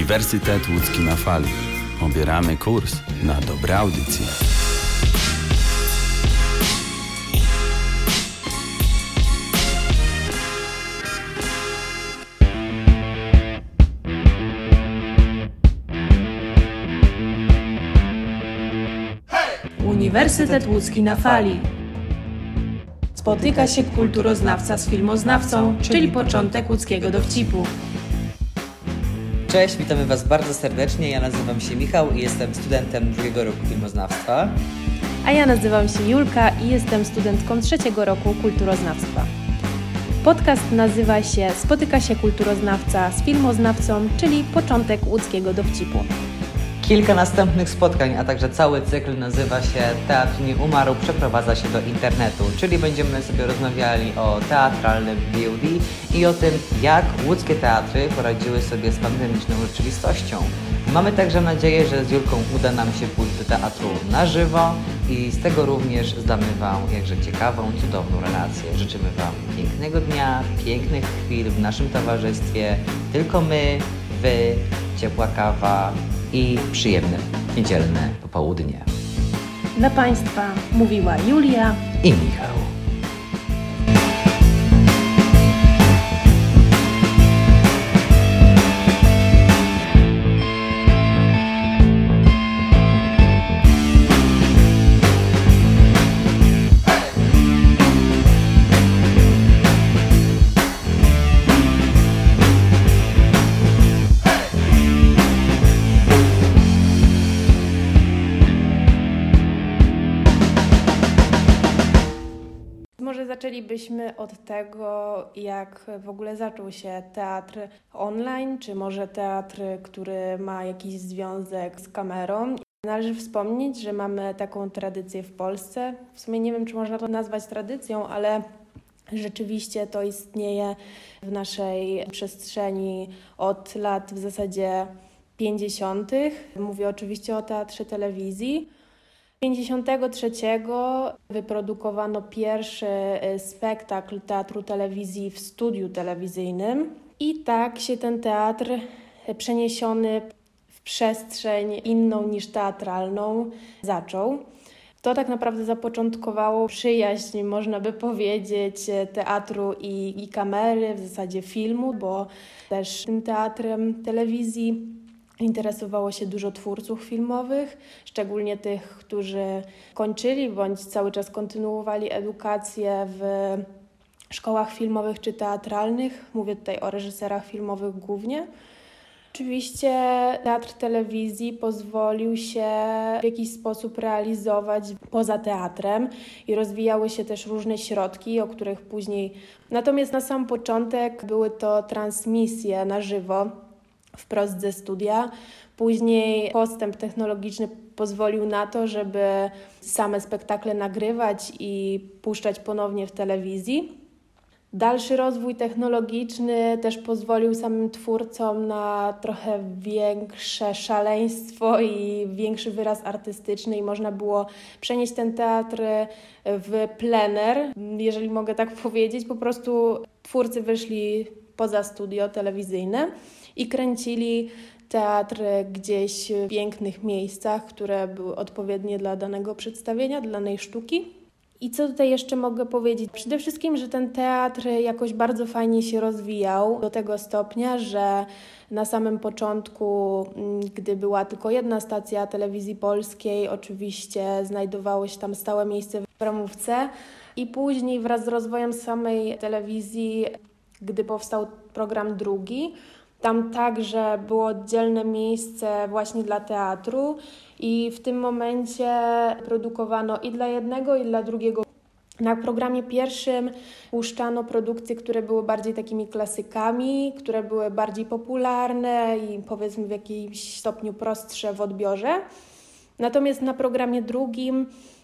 Uniwersytet Łódzki na fali. Obieramy kurs na dobre audycje. Uniwersytet Łódzki na fali. Spotyka się kulturoznawca z filmoznawcą, czyli początek łódzkiego dowcipu. Cześć, witamy Was bardzo serdecznie. Ja nazywam się Michał i jestem studentem drugiego roku filmoznawstwa. A ja nazywam się Julka i jestem studentką trzeciego roku kulturoznawstwa. Podcast nazywa się Spotyka się kulturoznawca z filmoznawcą, czyli początek łódzkiego dowcipu. Kilka następnych spotkań, a także cały cykl nazywa się Teatr nie umarł, przeprowadza się do internetu, czyli będziemy sobie rozmawiali o teatralnym VOD i o tym, jak łódzkie teatry poradziły sobie z pandemiczną rzeczywistością. Mamy także nadzieję, że z Julką uda nam się pójść do teatru na żywo i z tego również zdamy Wam jakże ciekawą, cudowną relację. Życzymy Wam pięknego dnia, pięknych chwil w naszym towarzystwie. Tylko my, Wy, ciepła kawa i przyjemne niedzielne popołudnie. Dla Państwa mówiła Julia i Michał. Może zaczęlibyśmy od tego, jak w ogóle zaczął się teatr online, czy może teatr, który ma jakiś związek z kamerą. Należy wspomnieć, że mamy taką tradycję w Polsce. W sumie nie wiem, czy można to nazwać tradycją, ale rzeczywiście to istnieje w naszej przestrzeni od lat w zasadzie 50. Mówię oczywiście o teatrze telewizji. 1953 wyprodukowano pierwszy spektakl teatru telewizji w studiu telewizyjnym i tak się ten teatr przeniesiony w przestrzeń inną niż teatralną zaczął. To tak naprawdę zapoczątkowało przyjaźń, można by powiedzieć, teatru i kamery, w zasadzie filmu, bo też tym teatrem telewizji interesowało się dużo twórców filmowych, szczególnie tych, którzy kończyli bądź cały czas kontynuowali edukację w szkołach filmowych czy teatralnych. Mówię tutaj o reżyserach filmowych głównie. Oczywiście teatr telewizji pozwolił się w jakiś sposób realizować poza teatrem i rozwijały się też różne środki, o których później. Natomiast na sam początek były to transmisje na żywo, wprost ze studia. Później postęp technologiczny pozwolił na to, żeby same spektakle nagrywać i puszczać ponownie w telewizji. Dalszy rozwój technologiczny też pozwolił samym twórcom na trochę większe szaleństwo i większy wyraz artystyczny i można było przenieść ten teatr w plener, jeżeli mogę tak powiedzieć. Po prostu twórcy wyszli poza studio telewizyjne i kręcili teatr gdzieś w pięknych miejscach, które były odpowiednie dla danego przedstawienia, dla danej sztuki. I co tutaj jeszcze mogę powiedzieć? Przede wszystkim, że ten teatr jakoś bardzo fajnie się rozwijał do tego stopnia, że na samym początku, gdy była tylko jedna stacja telewizji polskiej, oczywiście znajdowało się tam stałe miejsce w ramówce i później wraz z rozwojem samej telewizji, gdy powstał program drugi, tam także było oddzielne miejsce właśnie dla teatru i w tym momencie produkowano i dla jednego, i dla drugiego. Na programie pierwszym puszczano produkcje, które były bardziej takimi klasykami, które były bardziej popularne i powiedzmy w jakimś stopniu prostsze w odbiorze. Natomiast na programie drugim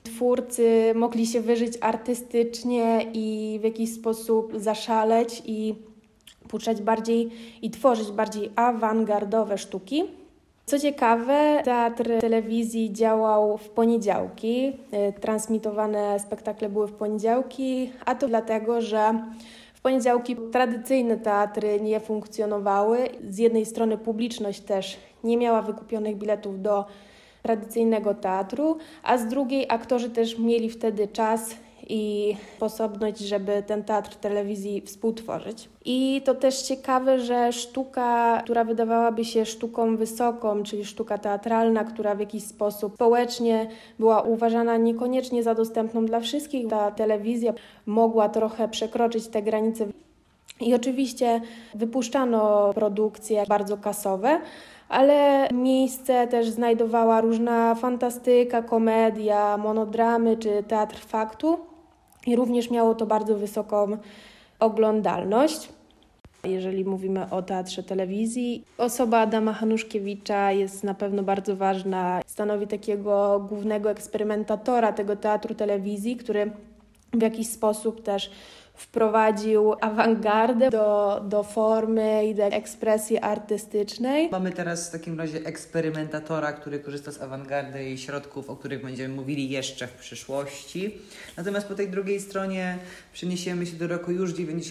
twórcy mogli się wyżyć artystycznie i w jakiś sposób zaszaleć i puszczać bardziej i tworzyć bardziej awangardowe sztuki. Co ciekawe, teatr telewizji działał w poniedziałki, transmitowane spektakle były w poniedziałki, a to dlatego, że w poniedziałki tradycyjne teatry nie funkcjonowały. Z jednej strony publiczność też nie miała wykupionych biletów do tradycyjnego teatru, a z drugiej aktorzy też mieli wtedy czas i sposobność, żeby ten teatr telewizji współtworzyć. I to też ciekawe, że sztuka, która wydawałaby się sztuką wysoką, czyli sztuka teatralna, która w jakiś sposób społecznie była uważana niekoniecznie za dostępną dla wszystkich, ta telewizja mogła trochę przekroczyć te granice. I oczywiście wypuszczano produkcje bardzo kasowe, ale miejsce też znajdowała różna fantastyka, komedia, monodramy czy teatr faktu i również miało to bardzo wysoką oglądalność. Jeżeli mówimy o teatrze telewizji, osoba Adama Hanuszkiewicza jest na pewno bardzo ważna. Stanowi takiego głównego eksperymentatora tego teatru telewizji, który w jakiś sposób też wprowadził awangardę do formy i do ekspresji artystycznej. Mamy teraz w takim razie eksperymentatora, który korzysta z awangardy i środków, o których będziemy mówili jeszcze w przyszłości. Natomiast po tej drugiej stronie przeniesiemy się do roku już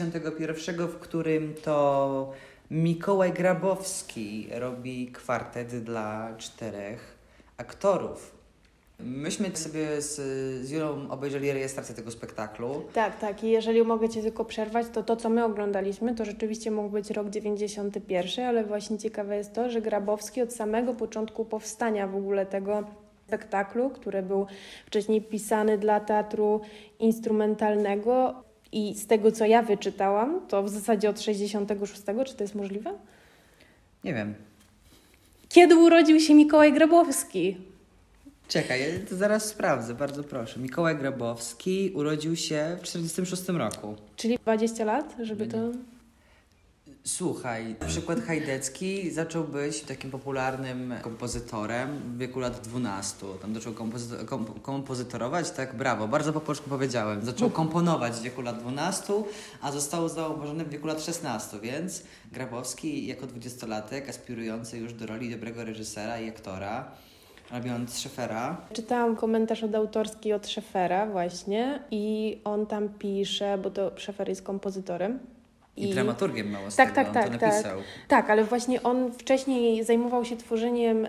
91, w którym to Mikołaj Grabowski robi kwartet dla 4 aktorów. Myśmy sobie z Julą obejrzeli rejestrację tego spektaklu. Tak. I jeżeli mogę Cię tylko przerwać, to co my oglądaliśmy, to rzeczywiście mógł być rok 91, ale właśnie ciekawe jest to, że Grabowski od samego początku powstania w ogóle tego spektaklu, który był wcześniej pisany dla teatru instrumentalnego i z tego, co ja wyczytałam, to w zasadzie od 66, czy to jest możliwe? Nie wiem. Kiedy urodził się Mikołaj Grabowski? Czekaj, to zaraz sprawdzę, bardzo proszę. Mikołaj Grabowski urodził się w 46 roku. Czyli 20 lat, żeby to... Słuchaj, przykład Hajdecki zaczął być takim popularnym kompozytorem w wieku lat 12. Tam zaczął kompozytorować, tak, brawo, bardzo po polsku powiedziałem. Zaczął komponować w wieku lat 12, a został zauważony w wieku lat 16, więc Grabowski jako 20-latek, aspirujący już do roli dobrego reżysera i aktora, robiąc Szefera. Czytałam komentarz autorski od Szefera właśnie i on tam pisze, bo to Szefer jest kompozytorem. I dramaturgiem mało z tak, tego, tak, on to napisał. tak. Tak, ale właśnie on wcześniej zajmował się tworzeniem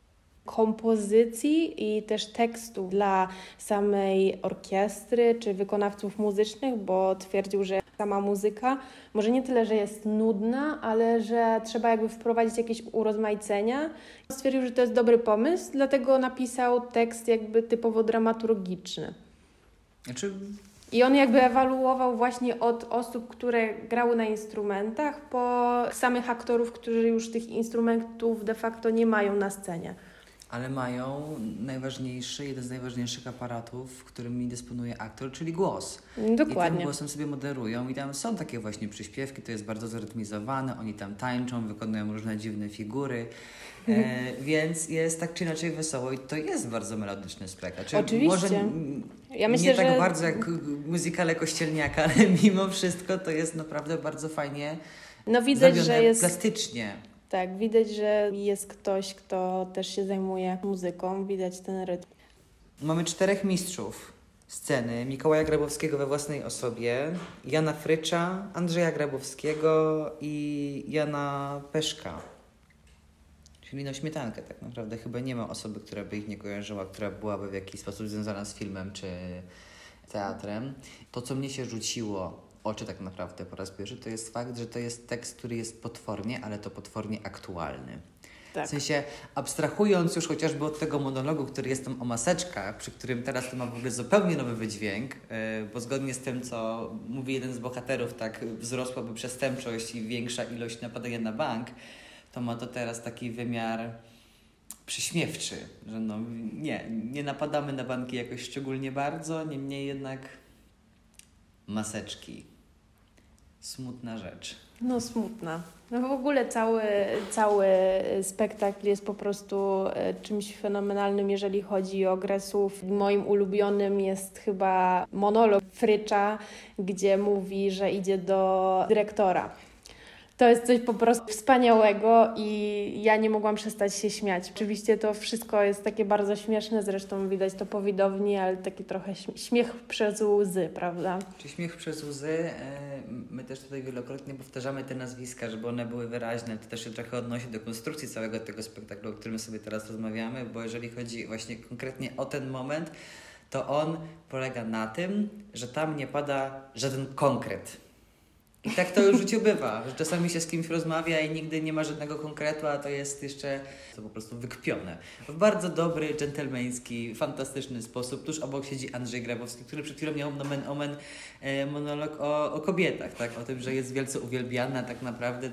kompozycji i też tekstów dla samej orkiestry czy wykonawców muzycznych, bo twierdził, że sama muzyka może nie tyle, że jest nudna, ale że trzeba jakby wprowadzić jakieś urozmaicenia. Stwierdził, że to jest dobry pomysł, dlatego napisał tekst jakby typowo dramaturgiczny. Znaczy... I on jakby ewaluował właśnie od osób, które grały na instrumentach, po samych aktorów, którzy już tych instrumentów de facto nie mają na scenie. Ale mają jeden z najważniejszych aparatów, którymi dysponuje aktor, czyli głos. Dokładnie. I tym głosem sobie moderują i tam są takie właśnie przyśpiewki, to jest bardzo zrytmizowane, oni tam tańczą, wykonują różne dziwne figury, więc jest tak czy inaczej wesoło i to jest bardzo melodyczny spektakl. Oczywiście. Może ja myślę, nie tak że... bardzo jak muzykale Kościelniaka, ale mimo wszystko to jest naprawdę bardzo fajnie widać, zrobione że jest plastycznie. Tak, widać, że jest ktoś, kto też się zajmuje muzyką, widać ten rytm. Mamy 4 mistrzów sceny. Mikołaja Grabowskiego we własnej osobie, Jana Frycza, Andrzeja Grabowskiego i Jana Peszka. Czyli no Śmietankę tak naprawdę. Chyba nie ma osoby, która by ich nie kojarzyła, która byłaby w jakiś sposób związana z filmem czy teatrem. To, co mnie się rzuciło oczy tak naprawdę po raz pierwszy, to jest fakt, że to jest tekst, który jest potwornie, ale to potwornie aktualny. Tak. W sensie abstrahując już chociażby od tego monologu, który jest tam o maseczkach, przy którym teraz to ma w ogóle zupełnie nowy wydźwięk, bo zgodnie z tym, co mówi jeden z bohaterów, tak wzrosłaby przestępczość i większa ilość napadania na bank, to ma to teraz taki wymiar przyśmiewczy, że no nie napadamy na banki jakoś szczególnie bardzo, niemniej jednak maseczki. Smutna rzecz. No smutna. No w ogóle cały spektakl jest po prostu czymś fenomenalnym, jeżeli chodzi o grę słów. Moim ulubionym jest chyba monolog Frycza, gdzie mówi, że idzie do dyrektora. To jest coś po prostu wspaniałego i ja nie mogłam przestać się śmiać. Oczywiście to wszystko jest takie bardzo śmieszne, zresztą widać to po widowni, ale taki trochę śmiech przez łzy, prawda? Czy śmiech przez łzy? My też tutaj wielokrotnie powtarzamy te nazwiska, żeby one były wyraźne. To też się trochę odnosi do konstrukcji całego tego spektaklu, o którym sobie teraz rozmawiamy, bo jeżeli chodzi właśnie konkretnie o ten moment, to on polega na tym, że tam nie pada żaden konkret. I tak to już w życiu bywa, że czasami się z kimś rozmawia i nigdy nie ma żadnego konkretu, a to jest jeszcze to po prostu wykpione. W bardzo dobry, dżentelmeński, fantastyczny sposób. Tuż obok siedzi Andrzej Grabowski, który przed chwilą miał nomen omen monolog o kobietach, tak? O tym, że jest wielce uwielbiana, tak naprawdę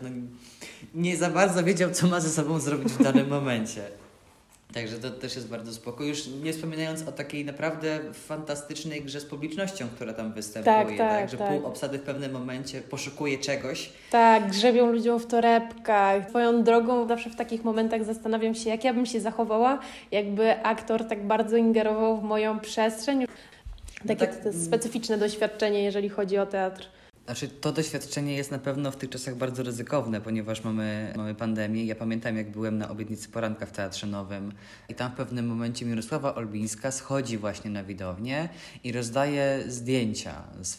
nie za bardzo wiedział, co ma ze sobą zrobić w danym momencie. Także to też jest bardzo spoko. Już nie wspominając o takiej naprawdę fantastycznej grze z publicznością, która tam występuje, tak? Że pół obsady w pewnym momencie poszukuje czegoś. Tak, grzebią ludziom w torebkach. Swoją drogą zawsze w takich momentach zastanawiam się, jak ja bym się zachowała, jakby aktor tak bardzo ingerował w moją przestrzeń. Takie specyficzne doświadczenie, jeżeli chodzi o teatr. Znaczy, to doświadczenie jest na pewno w tych czasach bardzo ryzykowne, ponieważ mamy pandemię. Ja pamiętam, jak byłem na obietnicy poranka w Teatrze Nowym i tam w pewnym momencie Mirosława Olbińska schodzi właśnie na widownię i rozdaje zdjęcia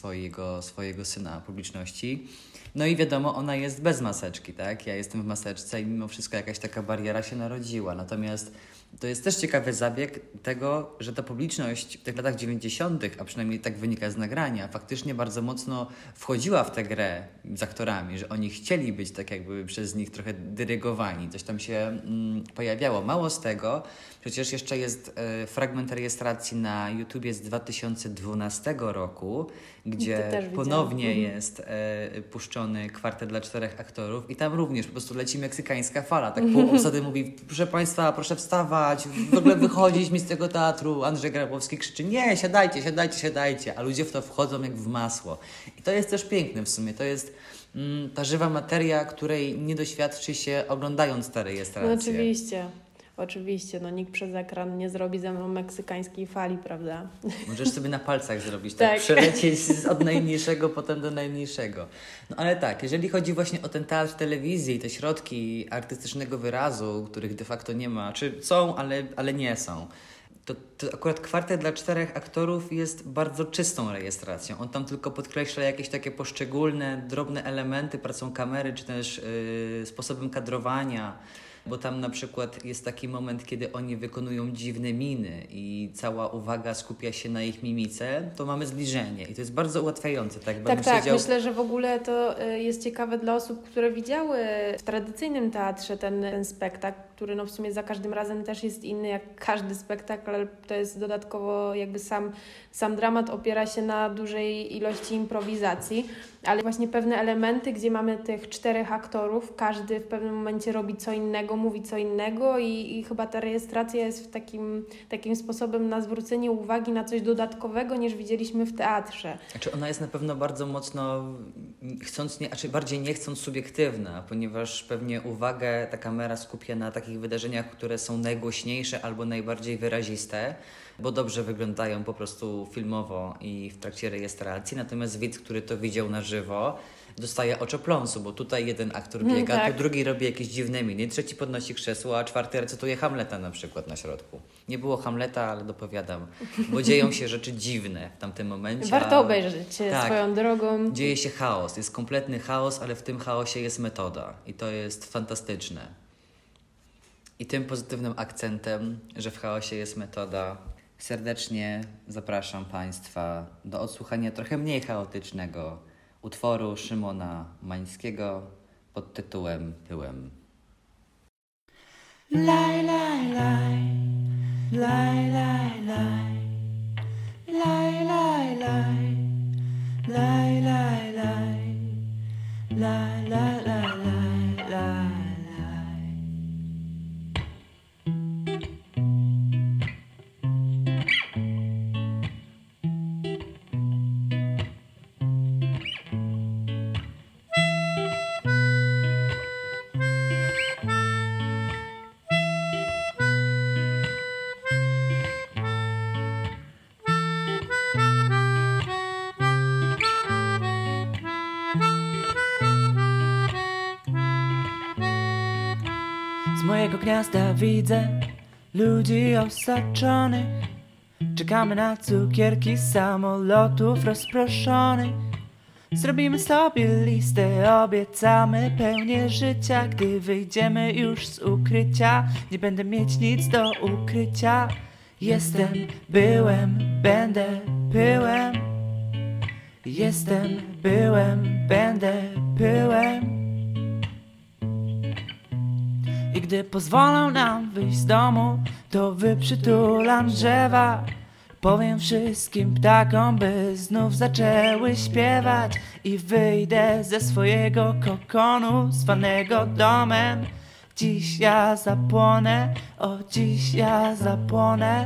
swojego syna publiczności. No i wiadomo, ona jest bez maseczki, tak? Ja jestem w maseczce i mimo wszystko jakaś taka bariera się narodziła. Natomiast to jest też ciekawy zabieg tego, że ta publiczność w tych latach 90., a przynajmniej tak wynika z nagrania, faktycznie bardzo mocno wchodziła w tę grę z aktorami, że oni chcieli być tak jakby przez nich trochę dyrygowani. Coś tam się pojawiało. Mało z tego, przecież jeszcze jest fragment rejestracji na YouTubie z 2012 roku, gdzie ponownie jest puszczony Kwartet dla 4 aktorów i tam również po prostu leci meksykańska fala. Tak pół obsady mówi, proszę Państwa, proszę wstawać, w ogóle wychodzić mi z tego teatru. Andrzej Grabowski krzyczy, nie, siadajcie, a ludzie w to wchodzą jak w masło. I to jest też piękne w sumie, to jest ta żywa materia, której nie doświadczy się oglądając te rejestracje. No oczywiście, nikt przez ekran nie zrobi ze mną meksykańskiej fali, prawda? Możesz sobie na palcach zrobić, tak? Przelecieć od najmniejszego potem do najmniejszego. No ale tak, jeżeli chodzi właśnie o ten teatr telewizji, te środki artystycznego wyrazu, których de facto nie ma, czy są, ale nie są, to akurat Kwartet dla 4 aktorów jest bardzo czystą rejestracją. On tam tylko podkreśla jakieś takie poszczególne, drobne elementy pracą kamery, czy też sposobem kadrowania. Bo tam na przykład jest taki moment, kiedy oni wykonują dziwne miny i cała uwaga skupia się na ich mimice, to mamy zbliżenie i to jest bardzo ułatwiające. Tak, Myślę, że w ogóle to jest ciekawe dla osób, które widziały w tradycyjnym teatrze ten spektakl, który w sumie za każdym razem też jest inny jak każdy spektakl, ale to jest dodatkowo jakby sam dramat opiera się na dużej ilości improwizacji, ale właśnie pewne elementy, gdzie mamy tych 4 aktorów, każdy w pewnym momencie robi co innego, mówi co innego i chyba ta rejestracja jest takim sposobem na zwrócenie uwagi na coś dodatkowego niż widzieliśmy w teatrze. Znaczy ona jest na pewno bardzo mocno bardziej nie chcąc subiektywna, ponieważ pewnie uwagę ta kamera skupia na takich wydarzeniach, które są najgłośniejsze albo najbardziej wyraziste, bo dobrze wyglądają po prostu filmowo i w trakcie rejestracji, natomiast widz, który to widział na żywo, dostaje oczopląsu, bo tutaj jeden aktor biega, to drugi robi jakieś dziwne miny, trzeci podnosi krzesło, a 4 recytuje Hamleta na przykład na środku. Nie było Hamleta, ale dopowiadam, bo dzieją się rzeczy dziwne w tamtym momencie. Warto obejrzeć swoją drogą. Dzieje się chaos, jest kompletny chaos, ale w tym chaosie jest metoda i to jest fantastyczne. I tym pozytywnym akcentem, że w chaosie jest metoda, serdecznie zapraszam Państwa do odsłuchania trochę mniej chaotycznego utworu Szymona Mańskiego pod tytułem Pyłem. Laj, laj, laj, laj, laj, laj, laj, laj, laj, laj, laj, laj, laj, laj, laj, laj. swego gniazda widzę ludzi osaczonych. Czekamy na cukierki z samolotów rozproszonych. Zrobimy sobie listę, obiecamy pełnię życia. Gdy wyjdziemy już z ukrycia, nie będę mieć nic do ukrycia. Jestem, byłem, będę, byłem. Jestem, byłem, będę, byłem. I gdy pozwolą nam wyjść z domu, to wyprzytulam drzewa. Powiem wszystkim ptakom, by znów zaczęły śpiewać. I wyjdę ze swojego kokonu, zwanego domem. Dziś ja zapłonę, o dziś ja zapłonę.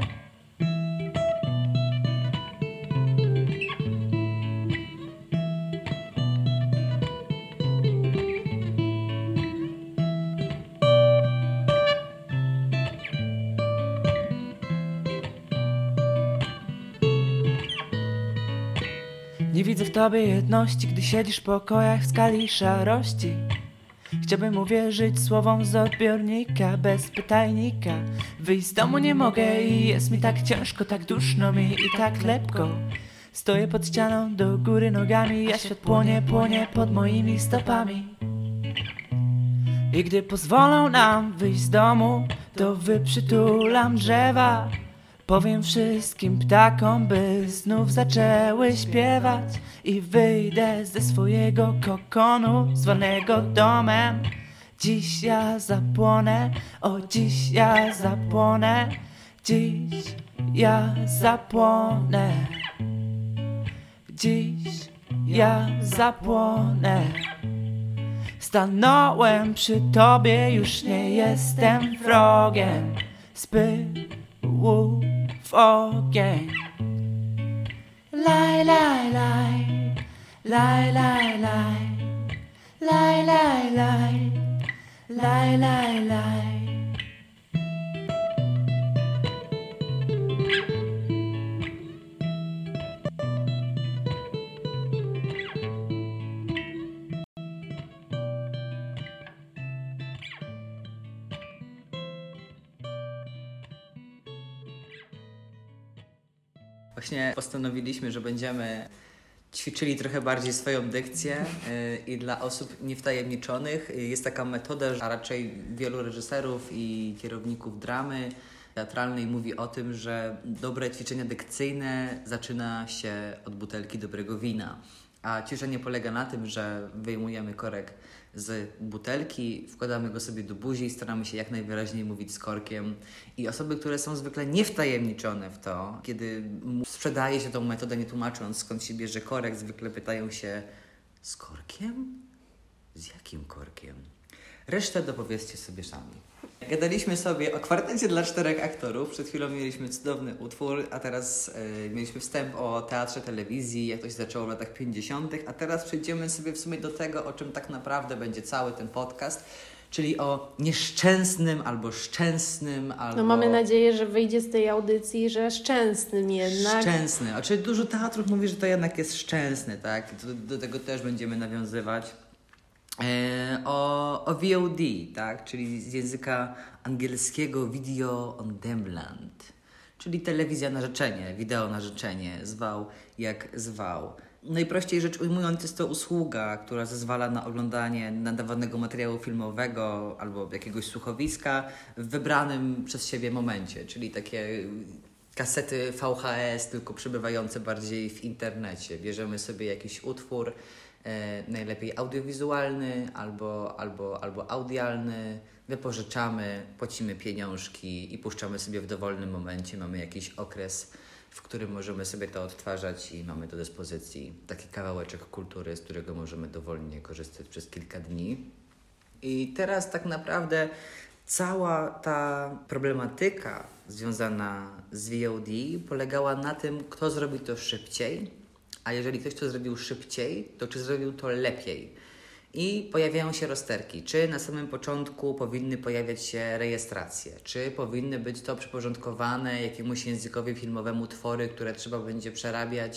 Nie widzę w tobie jedności, gdy siedzisz w pokojach w skali szarości. Chciałbym uwierzyć słowom z odbiornika, bez pytajnika. Wyjść z domu nie mogę i jest mi tak ciężko, tak duszno mi i tak lepko. Stoję pod ścianą do góry nogami, a świat płonie, płonie pod moimi stopami. I gdy pozwolą nam wyjść z domu, to wyprzytulam drzewa. Powiem wszystkim ptakom, by znów zaczęły śpiewać. I wyjdę ze swojego kokonu, zwanego domem. Dziś ja zapłonę, o dziś ja zapłonę. Dziś ja zapłonę. Dziś ja zapłonę. Stanąłem przy tobie, już nie jestem wrogiem. Spyłu w ogień. Laj, laj, laj, laj, laj, laj, laj, laj, laj, laj, laj, laj. Właśnie postanowiliśmy, że będziemy ćwiczyli trochę bardziej swoją dykcję i dla osób niewtajemniczonych jest taka metoda, a raczej wielu reżyserów i kierowników dramy teatralnej mówi o tym, że dobre ćwiczenia dykcyjne zaczyna się od butelki dobrego wina. A ćwiczenie polega na tym, że wyjmujemy korek z butelki, wkładamy go sobie do buzi i staramy się jak najwyraźniej mówić z korkiem. I osoby, które są zwykle niewtajemniczone w to, kiedy sprzedaje się tą metodę, nie tłumacząc skąd się bierze korek, zwykle pytają się: z korkiem? Z jakim korkiem? Resztę dopowiedzcie sobie sami. Gadaliśmy sobie o kwartecie dla 4 aktorów. Przed chwilą mieliśmy cudowny utwór, a teraz mieliśmy wstęp o teatrze, telewizji, jak to się zaczęło w latach 50., a teraz przejdziemy sobie w sumie do tego, o czym tak naprawdę będzie cały ten podcast, czyli o nieszczęsnym albo szczęsnym, albo... No mamy nadzieję, że wyjdzie z tej audycji, że szczęsnym jednak. Szczęsny. Znaczy dużo teatrów mówi, że to jednak jest szczęsny, tak? Do tego też będziemy nawiązywać. O VOD, tak? Czyli z języka angielskiego Video on Demand, czyli telewizja na życzenie, wideo na życzenie, zwał jak zwał. Najprościej rzecz ujmując, jest to usługa, która zezwala na oglądanie nadawanego materiału filmowego albo jakiegoś słuchowiska w wybranym przez siebie momencie, czyli takie kasety VHS, tylko przebywające bardziej w internecie. Bierzemy sobie jakiś utwór, najlepiej audiowizualny albo audialny, wypożyczamy, płacimy pieniążki i puszczamy sobie w dowolnym momencie. Mamy jakiś okres, w którym możemy sobie to odtwarzać i mamy do dyspozycji taki kawałeczek kultury, z którego możemy dowolnie korzystać przez kilka dni. I teraz tak naprawdę cała ta problematyka związana z VOD polegała na tym, kto zrobi to szybciej. A jeżeli ktoś to zrobił szybciej, to czy zrobił to lepiej? I pojawiają się rozterki. Czy na samym początku powinny pojawiać się rejestracje? Czy powinny być to przyporządkowane jakiemuś językowi filmowemu twory, które trzeba będzie przerabiać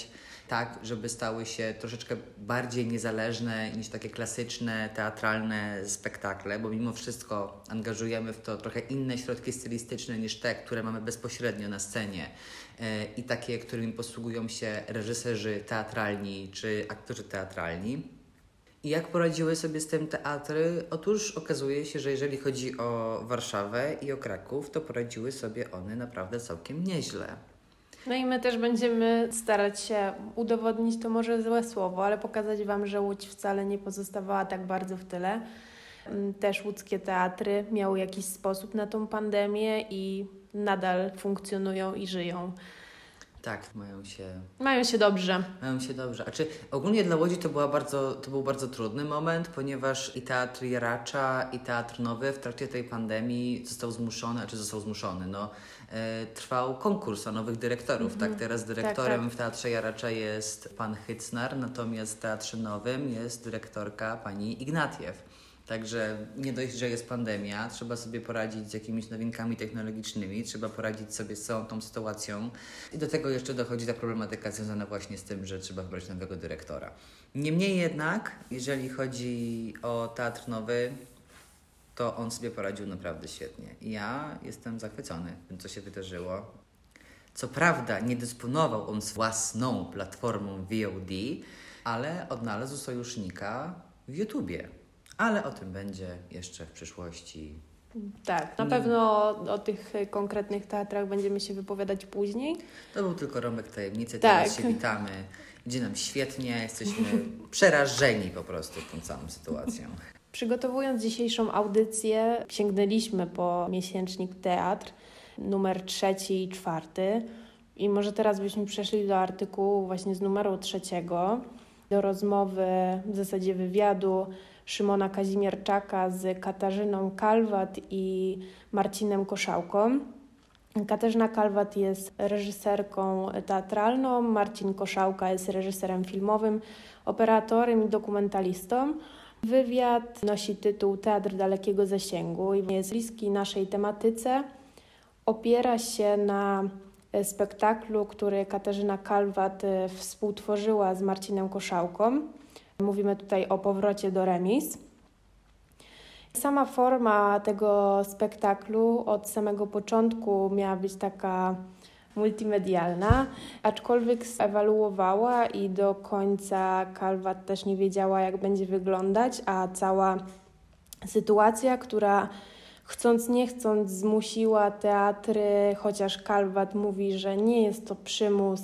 tak, żeby stały się troszeczkę bardziej niezależne niż takie klasyczne, teatralne spektakle, bo mimo wszystko angażujemy w to trochę inne środki stylistyczne niż te, które mamy bezpośrednio na scenie i takie, którymi posługują się reżyserzy teatralni czy aktorzy teatralni. I jak poradziły sobie z tym teatry? Otóż okazuje się, że jeżeli chodzi o Warszawę i o Kraków, to poradziły sobie one naprawdę całkiem nieźle. No i my też będziemy starać się udowodnić, to może złe słowo, ale pokazać Wam, że Łódź wcale nie pozostawała tak bardzo w tyle. Też łódzkie teatry miały jakiś sposób na tą pandemię i nadal funkcjonują i żyją. Tak, mają się dobrze. Mają się dobrze. A czy ogólnie dla Łodzi to był bardzo trudny moment, ponieważ i Teatr Jaracza, i Teatr Nowy w trakcie tej pandemii został zmuszony, trwał konkurs o nowych dyrektorów. Tak, teraz dyrektorem w Teatrze Jaracza jest pan Hycnar, natomiast w Teatrze Nowym jest dyrektorka pani Ignatiew. Także nie dość, że jest pandemia, trzeba sobie poradzić z jakimiś nowinkami technologicznymi, trzeba poradzić sobie z całą tą sytuacją i do tego jeszcze dochodzi ta problematyka związana właśnie z tym, że trzeba wybrać nowego dyrektora. Niemniej jednak, jeżeli chodzi o Teatr Nowy, to on sobie poradził naprawdę świetnie. Ja jestem zachwycony tym, co się wydarzyło. Co prawda nie dysponował on własną platformą VOD, ale odnalazł sojusznika w YouTubie. Ale o tym będzie jeszcze w przyszłości. Tak, na pewno o tych konkretnych teatrach będziemy się wypowiadać później. To był tylko rąbek tajemnicy, tak. Teraz się witamy. Idzie nam świetnie, jesteśmy przerażeni po prostu tą całą sytuacją. Przygotowując dzisiejszą audycję, sięgnęliśmy po miesięcznik Teatr, numer 3 i 4. I może teraz byśmy przeszli do artykułu właśnie z numeru 3, do rozmowy, w zasadzie wywiadu Szymona Kazimierczaka z Katarzyną Kalwat i Marcinem Koszałką. Katarzyna Kalwat jest reżyserką teatralną, Marcin Koszałka jest reżyserem filmowym, operatorem i dokumentalistą. Wywiad nosi tytuł Teatr dalekiego zasięgu i jest bliski naszej tematyce. Opiera się na spektaklu, który Katarzyna Kalwat współtworzyła z Marcinem Koszałką. Mówimy tutaj o Powrocie do remis. Sama forma tego spektaklu od samego początku miała być taka multimedialna, aczkolwiek ewaluowała i do końca Kalwat też nie wiedziała, jak będzie wyglądać, a cała sytuacja, która chcąc nie chcąc zmusiła teatry, chociaż Kalwat mówi, że nie jest to przymus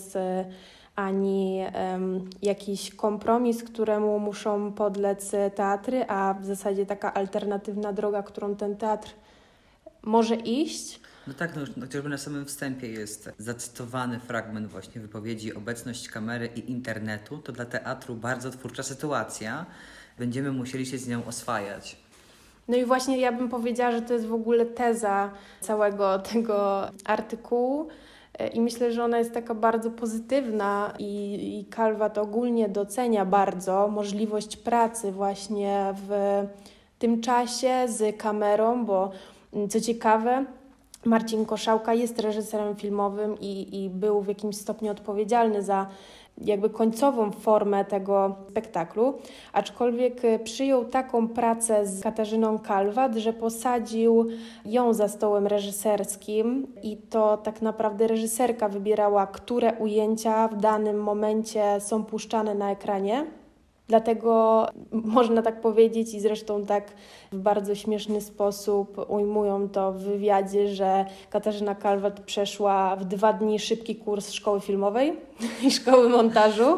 ani jakiś kompromis, któremu muszą podlec teatry, a w zasadzie taka alternatywna droga, którą ten teatr może iść. No tak, już chociażby na samym wstępie jest zacytowany fragment właśnie wypowiedzi obecność kamery i internetu. To dla teatru bardzo twórcza sytuacja. Będziemy musieli się z nią oswajać. No i właśnie ja bym powiedziała, że to jest w ogóle teza całego tego artykułu i myślę, że ona jest taka bardzo pozytywna i Kalwat ogólnie docenia bardzo możliwość pracy właśnie w tym czasie z kamerą, bo co ciekawe, Marcin Koszałka jest reżyserem filmowym i był w jakimś stopniu odpowiedzialny za jakby końcową formę tego spektaklu, aczkolwiek przyjął taką pracę z Katarzyną Kalwat, że posadził ją za stołem reżyserskim i to tak naprawdę reżyserka wybierała, które ujęcia w danym momencie są puszczane na ekranie. Dlatego można tak powiedzieć i zresztą tak w bardzo śmieszny sposób ujmują to w wywiadzie, że Katarzyna Kalwat przeszła w 2 dni szybki kurs szkoły filmowej i szkoły montażu.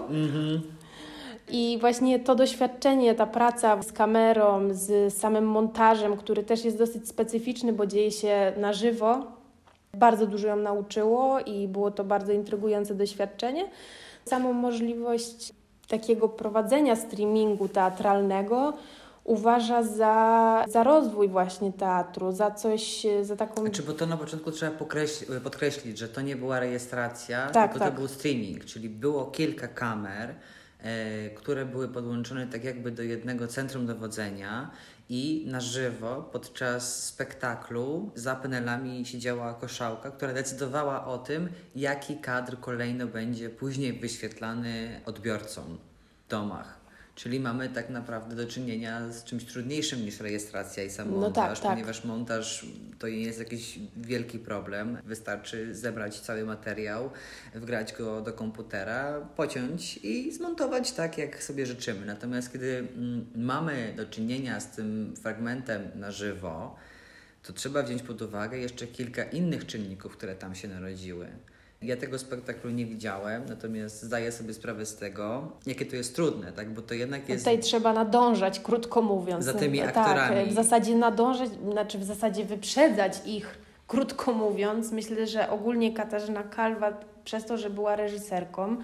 I właśnie to doświadczenie, ta praca z kamerą, z samym montażem, który też jest dosyć specyficzny, bo dzieje się na żywo, bardzo dużo ją nauczyło i było to bardzo intrygujące doświadczenie. Samą możliwość takiego prowadzenia streamingu teatralnego uważa za rozwój właśnie teatru, za coś, za taką... Bo to na początku trzeba podkreślić, że to nie była rejestracja, tak, tylko to był streaming, czyli było kilka kamer które były podłączone tak jakby do jednego centrum dowodzenia i na żywo podczas spektaklu za panelami siedziała koszałka, która decydowała o tym, jaki kadr kolejno będzie później wyświetlany odbiorcom w domach. Czyli mamy tak naprawdę do czynienia z czymś trudniejszym niż rejestracja i sam montaż, ponieważ montaż to nie jest jakiś wielki problem. Wystarczy zebrać cały materiał, wgrać go do komputera, pociąć i zmontować tak, jak sobie życzymy. Natomiast kiedy mamy do czynienia z tym fragmentem na żywo, to trzeba wziąć pod uwagę jeszcze kilka innych czynników, które tam się narodziły. Ja tego spektaklu nie widziałem, natomiast zdaję sobie sprawę z tego, jakie to jest trudne, tak? Bo to jednak jest... Tutaj trzeba nadążać, krótko mówiąc. Za tymi aktorami. Tak, w zasadzie nadążać, znaczy w zasadzie wyprzedzać ich, krótko mówiąc. Myślę, że ogólnie Katarzyna Kalwat, przez to, że była reżyserką,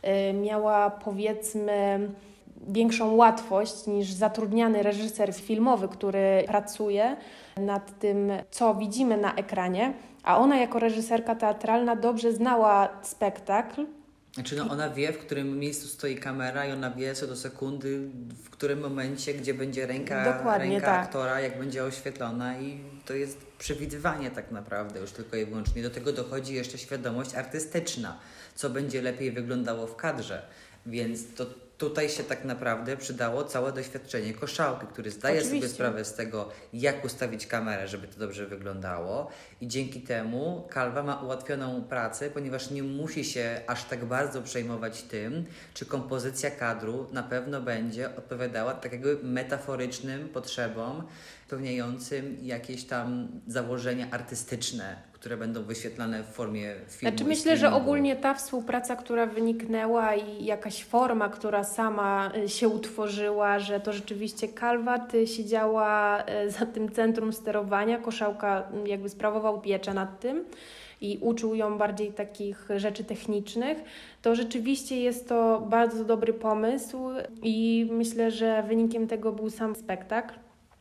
miała powiedzmy większą łatwość niż zatrudniany reżyser filmowy, który pracuje nad tym, co widzimy na ekranie, a ona jako reżyserka teatralna dobrze znała spektakl. Znaczy ona wie, w którym miejscu stoi kamera i ona wie co do sekundy, w którym momencie, gdzie będzie ręka aktora, jak będzie oświetlona i to jest przewidywanie tak naprawdę już tylko i wyłącznie. Do tego dochodzi jeszcze świadomość artystyczna, co będzie lepiej wyglądało w kadrze. Więc to tutaj się tak naprawdę przydało całe doświadczenie koszałki, który zdaje sobie sprawę z tego, jak ustawić kamerę, żeby to dobrze wyglądało i dzięki temu Kalwa ma ułatwioną pracę, ponieważ nie musi się aż tak bardzo przejmować tym, czy kompozycja kadru na pewno będzie odpowiadała tak jakby metaforycznym potrzebom spełniającym jakieś tam założenia artystyczne, które będą wyświetlane w formie filmu. Znaczy myślę, że ogólnie ta współpraca, która wyniknęła i jakaś forma, która sama się utworzyła, że to rzeczywiście Kalwat siedziała za tym centrum sterowania, koszałka jakby sprawował pieczę nad tym i uczył ją bardziej takich rzeczy technicznych, to rzeczywiście jest to bardzo dobry pomysł i myślę, że wynikiem tego był sam spektakl,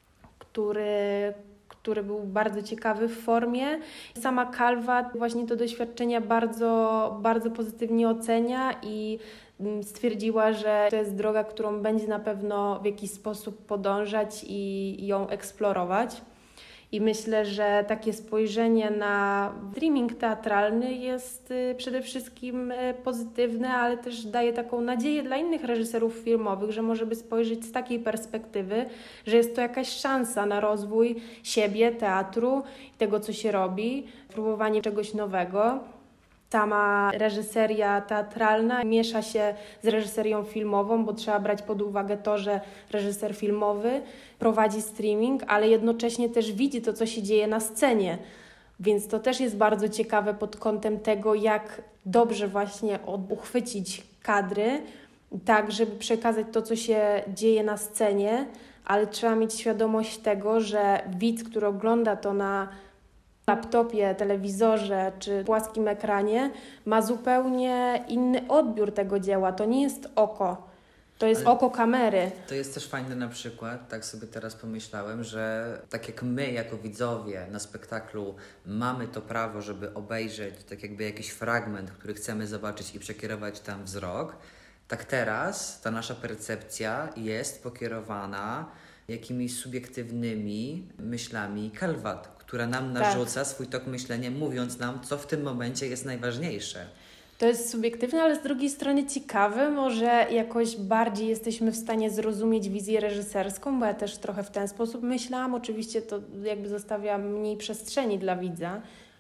który był bardzo ciekawy w formie. Sama Kalwat właśnie to doświadczenia bardzo, bardzo pozytywnie ocenia i stwierdziła, że to jest droga, którą będzie na pewno w jakiś sposób podążać i ją eksplorować. I myślę, że takie spojrzenie na streaming teatralny jest przede wszystkim pozytywne, ale też daje taką nadzieję dla innych reżyserów filmowych, że może by spojrzeć z takiej perspektywy, że jest to jakaś szansa na rozwój siebie, teatru i tego, co się robi, próbowanie czegoś nowego. Sama reżyseria teatralna miesza się z reżyserią filmową, bo trzeba brać pod uwagę to, że reżyser filmowy prowadzi streaming, ale jednocześnie też widzi to, co się dzieje na scenie. Więc to też jest bardzo ciekawe pod kątem tego, jak dobrze właśnie uchwycić kadry, tak żeby przekazać to, co się dzieje na scenie, ale trzeba mieć świadomość tego, że widz, który ogląda to na laptopie, telewizorze czy płaskim ekranie, ma zupełnie inny odbiór tego dzieła. To nie jest oko, to jest oko kamery. To jest też fajne na przykład, tak sobie teraz pomyślałem, że tak jak my jako widzowie na spektaklu mamy to prawo, żeby obejrzeć tak jakby jakiś fragment, który chcemy zobaczyć i przekierować tam wzrok, tak teraz ta nasza percepcja jest pokierowana jakimiś subiektywnymi myślami Kalwat, która nam narzuca swój tok myślenia, mówiąc nam, co w tym momencie jest najważniejsze. To jest subiektywne, ale z drugiej strony ciekawe, może jakoś bardziej jesteśmy w stanie zrozumieć wizję reżyserską, bo ja też trochę w ten sposób myślałam. Oczywiście to jakby zostawia mniej przestrzeni dla widza,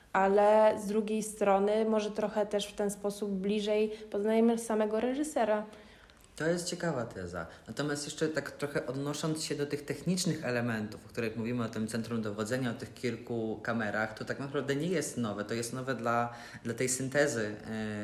ale z drugiej strony może trochę też w ten sposób bliżej poznajemy samego reżysera. To jest ciekawa teza. Natomiast jeszcze tak trochę odnosząc się do tych technicznych elementów, o których mówimy, o tym centrum dowodzenia, o tych kilku kamerach, to tak naprawdę nie jest nowe. To jest nowe dla tej syntezy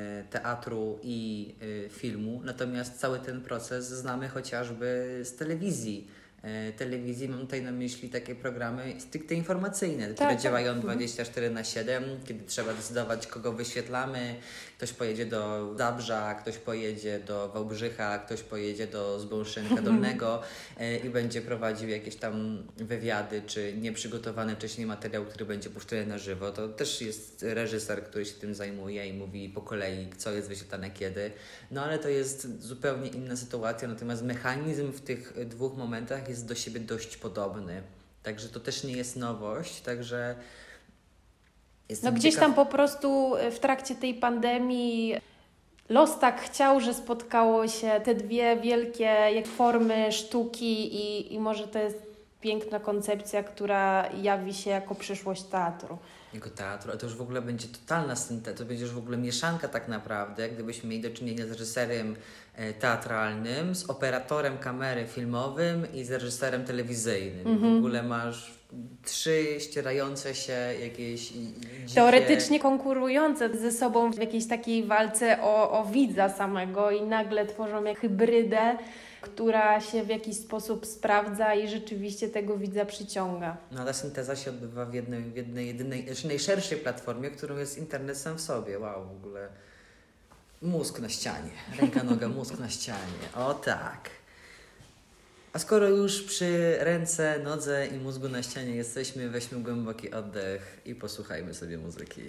teatru i filmu. Natomiast cały ten proces znamy chociażby z telewizji. telewizji. Mam tutaj na myśli takie programy stricte informacyjne, które działają 24/7, kiedy trzeba decydować, kogo wyświetlamy. Ktoś pojedzie do Zabrza, ktoś pojedzie do Wałbrzycha, ktoś pojedzie do Zbąszynka Dolnego i będzie prowadził jakieś tam wywiady, czy nieprzygotowany wcześniej materiał, który będzie puszczony na żywo. To też jest reżyser, który się tym zajmuje i mówi po kolei, co jest wyświetlane kiedy. No ale to jest zupełnie inna sytuacja, natomiast mechanizm w tych dwóch momentach jest do siebie dość podobny. Także to też nie jest nowość, także No gdzieś tam po prostu w trakcie tej pandemii los tak chciał, że spotkało się te dwie wielkie formy sztuki i może to jest piękna koncepcja, która jawi się jako przyszłość teatru. Jego teatru, ale to już w ogóle będzie totalna synteza, to będzie już w ogóle mieszanka tak naprawdę, gdybyśmy mieli do czynienia z reżyserem teatralnym, z operatorem kamery filmowym i z reżyserem telewizyjnym. W ogóle masz 3 ścierające się jakieś dzikie... Teoretycznie konkurujące ze sobą w jakiejś takiej walce o widza samego i nagle tworzą jak hybrydę, która się w jakiś sposób sprawdza i rzeczywiście tego widza przyciąga. No ta synteza się odbywa w jednej jedynej, znaczy najszerszej platformie, którą jest internet sam w sobie. Wow, w ogóle mózg na ścianie. Ręka, noga, mózg na ścianie. O tak. A skoro już przy ręce, nodze i mózgu na ścianie jesteśmy, weźmy głęboki oddech i posłuchajmy sobie muzyki.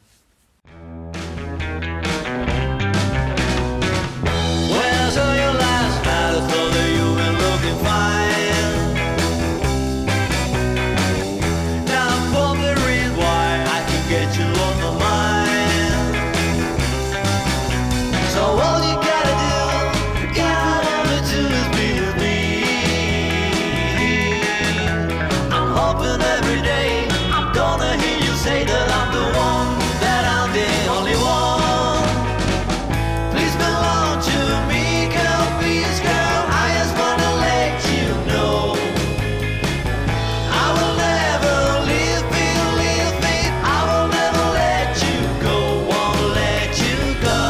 Well, so your last night I thought that you were looking fine. Now I'm wondering why I can get you on my mind. So all you gotta do, if you want to, is be with me. I'm hoping every day I'm gonna hear you say that I'm the one, that I'm the only one. Please belong to me, girl, please, girl. I just wanna let you know I will never leave me. I will never let you go, won't let you go.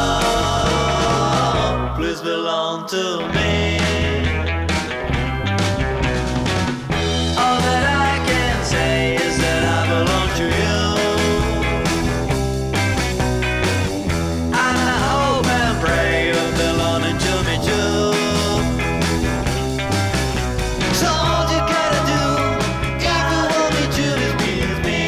Please belong to me. All that I can say is that I belong to you. And I hope and pray you're belonging to me too. So all you gotta do, if you want me to, is be with me.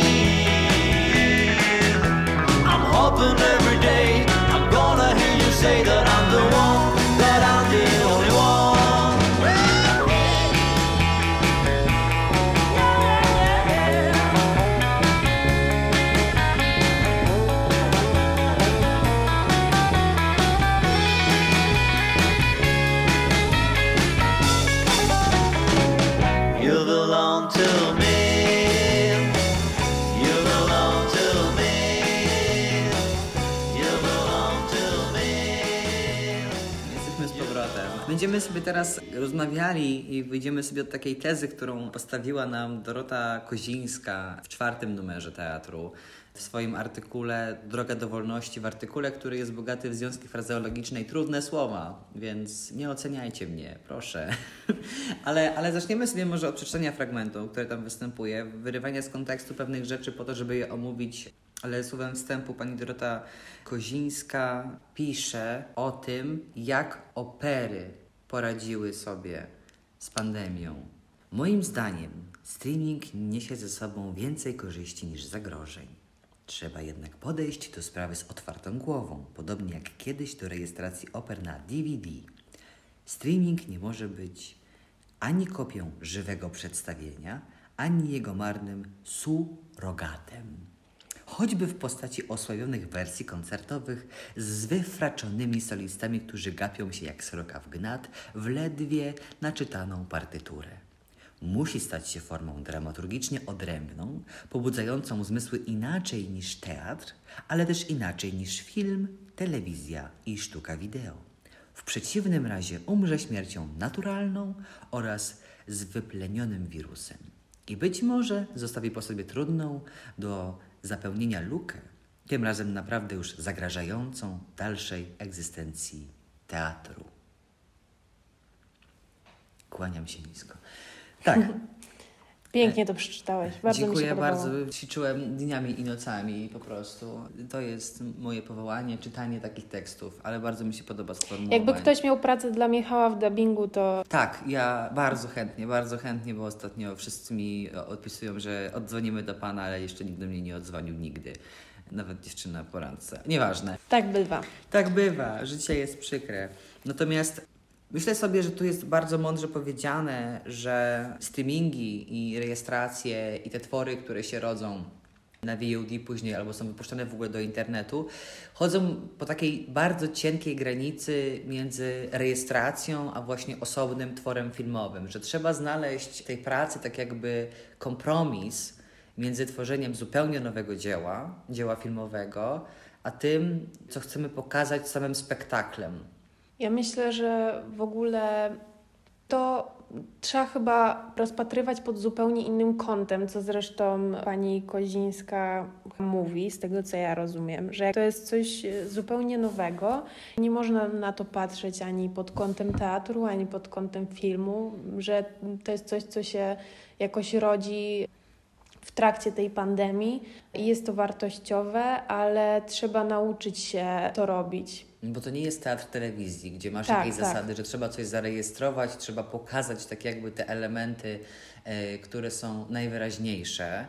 I'm hoping every day I'm gonna hear you say that I'm the one, that I'm the only one. You belong to me. You belong to me. You belong to me. Jesteśmy z powrotem. Będziemy sobie teraz rozmawiali i wyjdziemy sobie od takiej tezy, którą postawiła nam Dorota Kozińska w 4. numerze teatru. W swoim artykule Droga do wolności, w artykule, który jest bogaty w związki frazeologiczne i trudne słowa, więc nie oceniajcie mnie, proszę. ale zaczniemy sobie może od przeczytania fragmentu, który tam występuje, wyrywania z kontekstu pewnych rzeczy po to, żeby je omówić. Ale słowem wstępu pani Dorota Kozińska pisze o tym, jak opery poradziły sobie z pandemią. Moim zdaniem streaming niesie ze sobą więcej korzyści niż zagrożeń. Trzeba jednak podejść do sprawy z otwartą głową, podobnie jak kiedyś do rejestracji oper na DVD. Streaming nie może być ani kopią żywego przedstawienia, ani jego marnym surogatem. Choćby w postaci osławionych wersji koncertowych z wyfraczonymi solistami, którzy gapią się jak sroka w gnat w ledwie naczytaną partyturę. Musi stać się formą dramaturgicznie odrębną, pobudzającą zmysły inaczej niż teatr, ale też inaczej niż film, telewizja i sztuka wideo. W przeciwnym razie umrze śmiercią naturalną oraz z wyplenionym wirusem. I być może zostawi po sobie trudną do zapełnienia lukę, tym razem naprawdę już zagrażającą dalszej egzystencji teatru. Kłaniam się nisko. Tak. Pięknie to przeczytałeś. Bardzo mi się Dziękuję podobało. bardzo. Ćwiczyłem dniami i nocami po prostu. To jest moje powołanie, czytanie takich tekstów, ale bardzo mi się podoba sformułowanie. Jakby ktoś miał pracę dla Michała w dubbingu, to Tak, ja bardzo chętnie, bo ostatnio wszyscy mi odpisują, że oddzwonimy do pana, ale jeszcze nikt do mnie nie oddzwonił nigdy. Nawet dziewczyna po randce. Nieważne. tak bywa. Tak bywa, życie jest przykre. Natomiast myślę sobie, że tu jest bardzo mądrze powiedziane, że streamingi i rejestracje i te twory, które się rodzą na VOD później albo są wypuszczane w ogóle do internetu, chodzą po takiej bardzo cienkiej granicy między rejestracją a właśnie osobnym tworem filmowym, że trzeba znaleźć w tej pracy tak jakby kompromis między tworzeniem zupełnie nowego dzieła filmowego, a tym, co chcemy pokazać samym spektaklem. Ja myślę, że w ogóle to trzeba chyba rozpatrywać pod zupełnie innym kątem, co zresztą pani Kozińska mówi, z tego co ja rozumiem, że to jest coś zupełnie nowego. Nie można na to patrzeć ani pod kątem teatru, ani pod kątem filmu, że to jest coś, co się jakoś rodzi w trakcie tej pandemii i jest to wartościowe, ale trzeba nauczyć się to robić. Bo to nie jest teatr telewizji, gdzie masz Tak, jakieś tak. zasady, że trzeba coś zarejestrować, trzeba pokazać tak jakby te elementy, które są najwyraźniejsze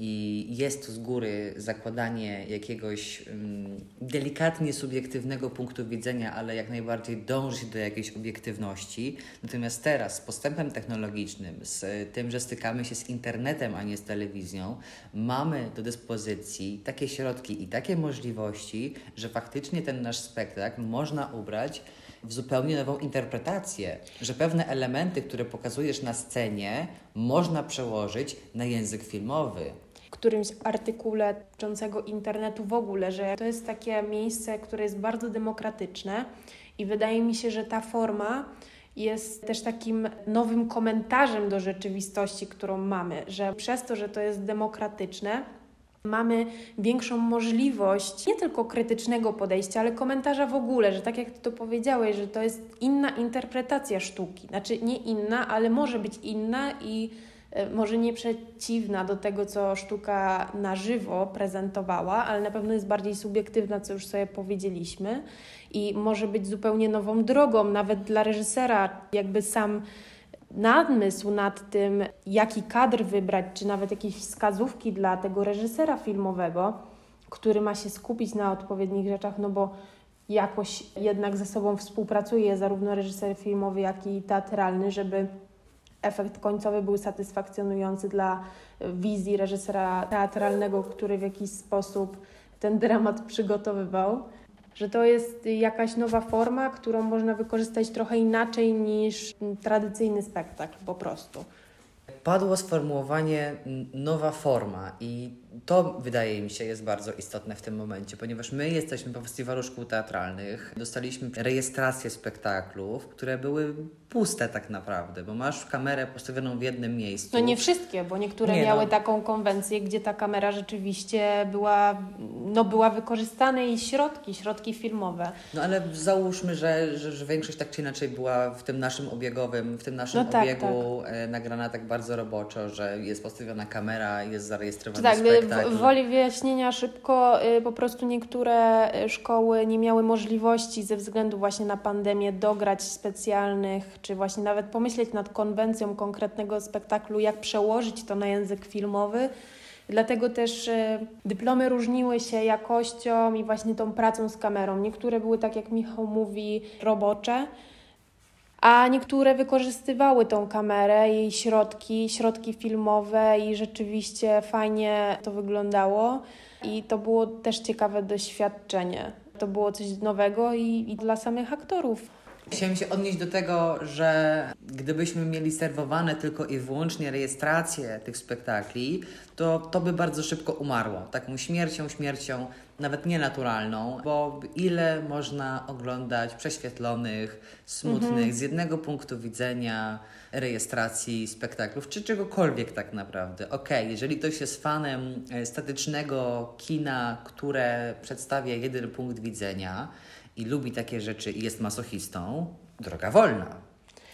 i jest to z góry zakładanie jakiegoś delikatnie subiektywnego punktu widzenia, ale jak najbardziej dąży się do jakiejś obiektywności. Natomiast teraz z postępem technologicznym, z tym, że stykamy się z internetem, a nie z telewizją, mamy do dyspozycji takie środki i takie możliwości, że faktycznie ten nasz spektakl można ubrać w zupełnie nową interpretację, że pewne elementy, które pokazujesz na scenie, można przełożyć na język filmowy. W którymś artykule dotyczącego internetu w ogóle, że to jest takie miejsce, które jest bardzo demokratyczne i wydaje mi się, że ta forma jest też takim nowym komentarzem do rzeczywistości, którą mamy, że przez to, że to jest demokratyczne, mamy większą możliwość nie tylko krytycznego podejścia, ale komentarza w ogóle, że tak jak Ty to powiedziałeś, że to jest inna interpretacja sztuki. Znaczy nie inna, ale może być inna i może nie przeciwna do tego, co sztuka na żywo prezentowała, ale na pewno jest bardziej subiektywna, co już sobie powiedzieliśmy i może być zupełnie nową drogą, nawet dla reżysera, jakby sam namysł nad tym, jaki kadr wybrać, czy nawet jakieś wskazówki dla tego reżysera filmowego, który ma się skupić na odpowiednich rzeczach, no bo jakoś jednak ze sobą współpracuje zarówno reżyser filmowy, jak i teatralny, żeby efekt końcowy był satysfakcjonujący dla wizji reżysera teatralnego, który w jakiś sposób ten dramat przygotowywał. Że to jest jakaś nowa forma, którą można wykorzystać trochę inaczej niż tradycyjny spektakl po prostu. Padło sformułowanie nowa forma i to wydaje mi się jest bardzo istotne w tym momencie, ponieważ my jesteśmy po Festiwalu Szkół Teatralnych, dostaliśmy rejestrację spektaklów, które były puste tak naprawdę, bo masz kamerę postawioną w jednym miejscu. No nie wszystkie, bo niektóre miały taką konwencję, gdzie ta kamera rzeczywiście była wykorzystana i środki filmowe. No ale załóżmy, że większość tak czy inaczej była w tym naszym obiegowym, obiegu nagrana tak bardzo roboczo, że jest postawiona kamera, jest zarejestrowany spektakl. W woli wyjaśnienia szybko, po prostu niektóre szkoły nie miały możliwości ze względu właśnie na pandemię dograć specjalnych, czy właśnie nawet pomyśleć nad konwencją konkretnego spektaklu, jak przełożyć to na język filmowy. Dlatego też dyplomy różniły się jakością i właśnie tą pracą z kamerą. Niektóre były, tak jak Michał mówi, robocze, a niektóre wykorzystywały tą kamerę, jej środki filmowe i rzeczywiście fajnie to wyglądało i to było też ciekawe doświadczenie. To było coś nowego i dla samych aktorów. Chciałem się odnieść do tego, że gdybyśmy mieli serwowane tylko i wyłącznie rejestrację tych spektakli, to by bardzo szybko umarło. Taką śmiercią, nawet nienaturalną, bo ile można oglądać prześwietlonych, smutnych, z jednego punktu widzenia rejestracji spektaklów, czy czegokolwiek tak naprawdę. Okej, jeżeli ktoś jest fanem statycznego kina, które przedstawia jeden punkt widzenia i lubi takie rzeczy i jest masochistą, droga wolna.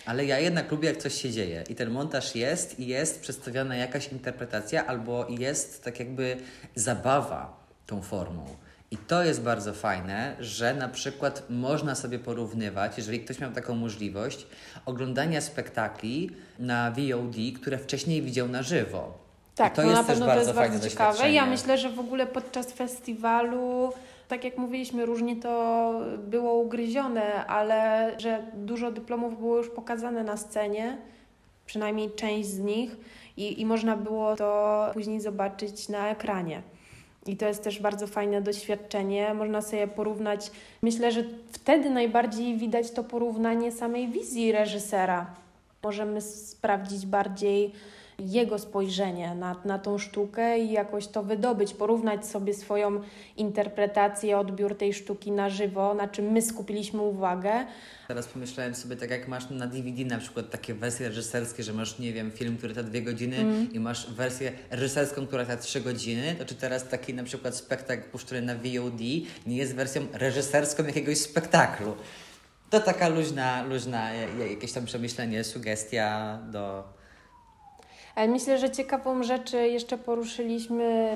Ale ja jednak lubię, jak coś się dzieje i ten montaż jest i jest przedstawiona jakaś interpretacja albo jest tak jakby zabawa tą formą. I to jest bardzo fajne, że na przykład można sobie porównywać, jeżeli ktoś miał taką możliwość, oglądania spektakli na VOD, które wcześniej widział na żywo. Tak, I to no jest na też pewno to bardzo jest fajne bardzo ciekawe. doświadczenie. Ja myślę, że w ogóle podczas festiwalu, tak jak mówiliśmy, różnie to było ugryzione, ale że dużo dyplomów było już pokazane na scenie, przynajmniej część z nich i można było to później zobaczyć na ekranie. I to jest też bardzo fajne doświadczenie. Można sobie porównać. Myślę, że wtedy najbardziej widać to porównanie samej wizji reżysera. Możemy sprawdzić bardziej jego spojrzenie na tą sztukę i jakoś to wydobyć, porównać sobie swoją interpretację, odbiór tej sztuki na żywo, na czym my skupiliśmy uwagę. Teraz pomyślałem sobie, tak jak masz na DVD na przykład takie wersje reżyserskie, że masz, nie wiem, film, który trwa 2 godziny i masz wersję reżyserską, która trwa 3 godziny, to czy teraz taki na przykład spektakl puszczony na VOD nie jest wersją reżyserską jakiegoś spektaklu? To taka luźna jakieś tam przemyślenie, sugestia do... Ale myślę, że ciekawą rzecz jeszcze poruszyliśmy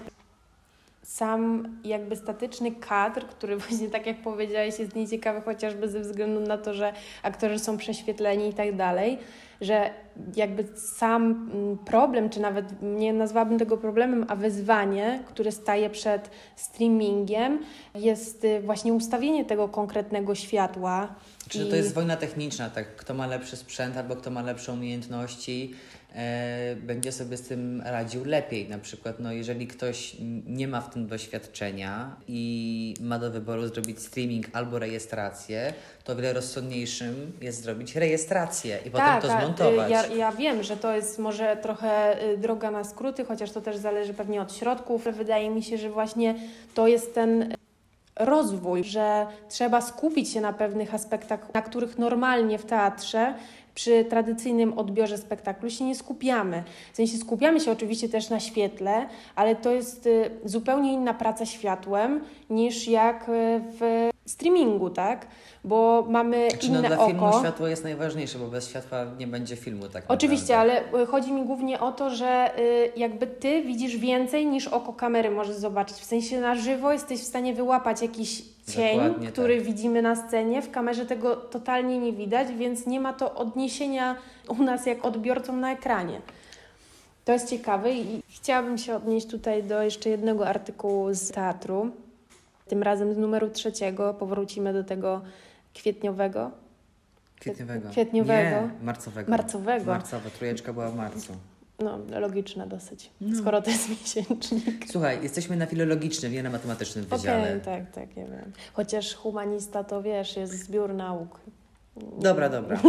sam jakby statyczny kadr, który właśnie tak jak powiedziałeś jest nieciekawy chociażby ze względu na to, że aktorzy są prześwietleni i tak dalej, że jakby sam problem, czy nawet nie nazwałabym tego problemem, a wyzwanie, które staje przed streamingiem jest właśnie ustawienie tego konkretnego światła. Czy to jest wojna techniczna, tak? Kto ma lepszy sprzęt albo kto ma lepsze umiejętności, będzie sobie z tym radził lepiej. Na przykład, no, jeżeli ktoś nie ma w tym doświadczenia i ma do wyboru zrobić streaming albo rejestrację, to o wiele rozsądniejszym jest zrobić rejestrację i potem to zmontować. Ja wiem, że to jest może trochę droga na skróty, chociaż to też zależy pewnie od środków. Wydaje mi się, że właśnie to jest ten rozwój, że trzeba skupić się na pewnych aspektach, na których normalnie w teatrze przy tradycyjnym odbiorze spektaklu się nie skupiamy. W sensie skupiamy się oczywiście też na świetle, ale to jest zupełnie inna praca światłem niż jak w streamingu, tak? Bo mamy inne dla oko. filmu światło jest najważniejsze, bo bez światła nie będzie filmu tak naprawdę. Oczywiście, ale chodzi mi głównie o to, że jakby ty widzisz więcej niż oko kamery możesz zobaczyć. W sensie na żywo jesteś w stanie wyłapać jakiś cień, Dokładnie który tak. widzimy na scenie. W kamerze tego totalnie nie widać, więc nie ma to odniesienia u nas jak odbiorcom na ekranie. To jest ciekawe i chciałabym się odnieść tutaj do jeszcze jednego artykułu z teatru. Tym razem z numeru 3. Powrócimy do tego kwietniowego. Kwietniowego. Nie, marcowego. Marcowego. Marcowa, trójeczka była w marcu. No, logiczne dosyć, skoro to jest miesięcznik. Słuchaj, jesteśmy na filologicznym, nie na matematycznym wydziale. Okej, tak, ja wiem. Chociaż humanista to wiesz, jest zbiór nauk. Dobra.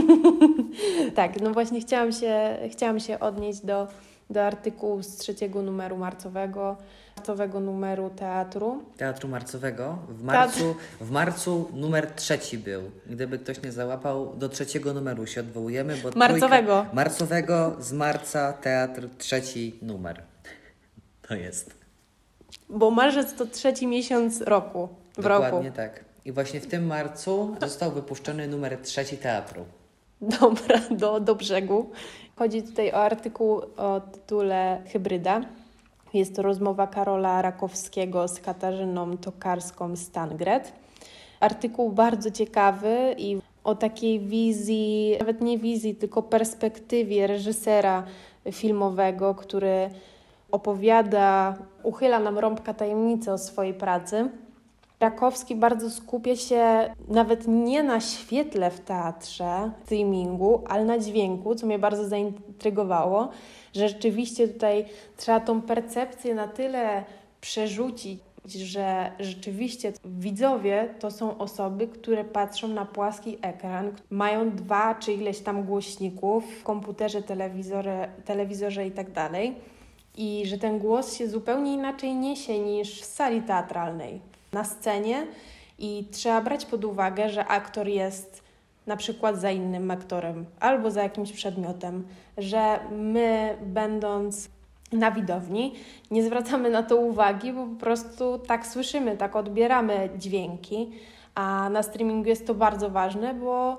Tak, no właśnie chciałam się odnieść do artykułu z 3. numeru marcowego numeru teatru. Teatru marcowego. W marcu numer 3 był. Gdyby ktoś nie załapał, do 3. numeru się odwołujemy, bo Marcowego. Marcowego z marca, teatr 3 numer. To jest. Bo marzec to 3. miesiąc roku. Dokładnie tak. I właśnie w tym marcu został wypuszczony numer 3 teatru. Dobra, do brzegu. Chodzi tutaj o artykuł o tytule Hybryda. Jest to rozmowa Karola Rakowskiego z Katarzyną Tokarską-Stangret. Artykuł bardzo ciekawy i o takiej wizji, nawet nie wizji, tylko perspektywie reżysera filmowego, który opowiada, uchyla nam rąbka tajemnicy o swojej pracy. Rakowski bardzo skupia się nawet nie na świetle w teatrze, streamingu, ale na dźwięku, co mnie bardzo zaintrygowało, że rzeczywiście tutaj trzeba tą percepcję na tyle przerzucić, że rzeczywiście widzowie to są osoby, które patrzą na płaski ekran, mają 2 czy ileś tam głośników w komputerze, telewizorze i tak dalej. I że ten głos się zupełnie inaczej niesie niż w sali teatralnej. Na scenie i trzeba brać pod uwagę, że aktor jest na przykład za innym aktorem albo za jakimś przedmiotem, że my będąc na widowni nie zwracamy na to uwagi, bo po prostu tak słyszymy, tak odbieramy dźwięki, a na streamingu jest to bardzo ważne, bo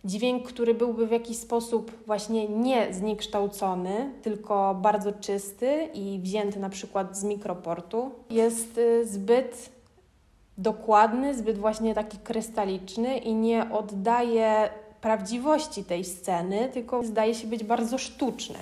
Dźwięk, który byłby w jakiś sposób właśnie nie zniekształcony, tylko bardzo czysty i wzięty na przykład z mikroportu, jest zbyt dokładny, zbyt właśnie taki krystaliczny i nie oddaje prawdziwości tej sceny, tylko zdaje się być bardzo sztuczny.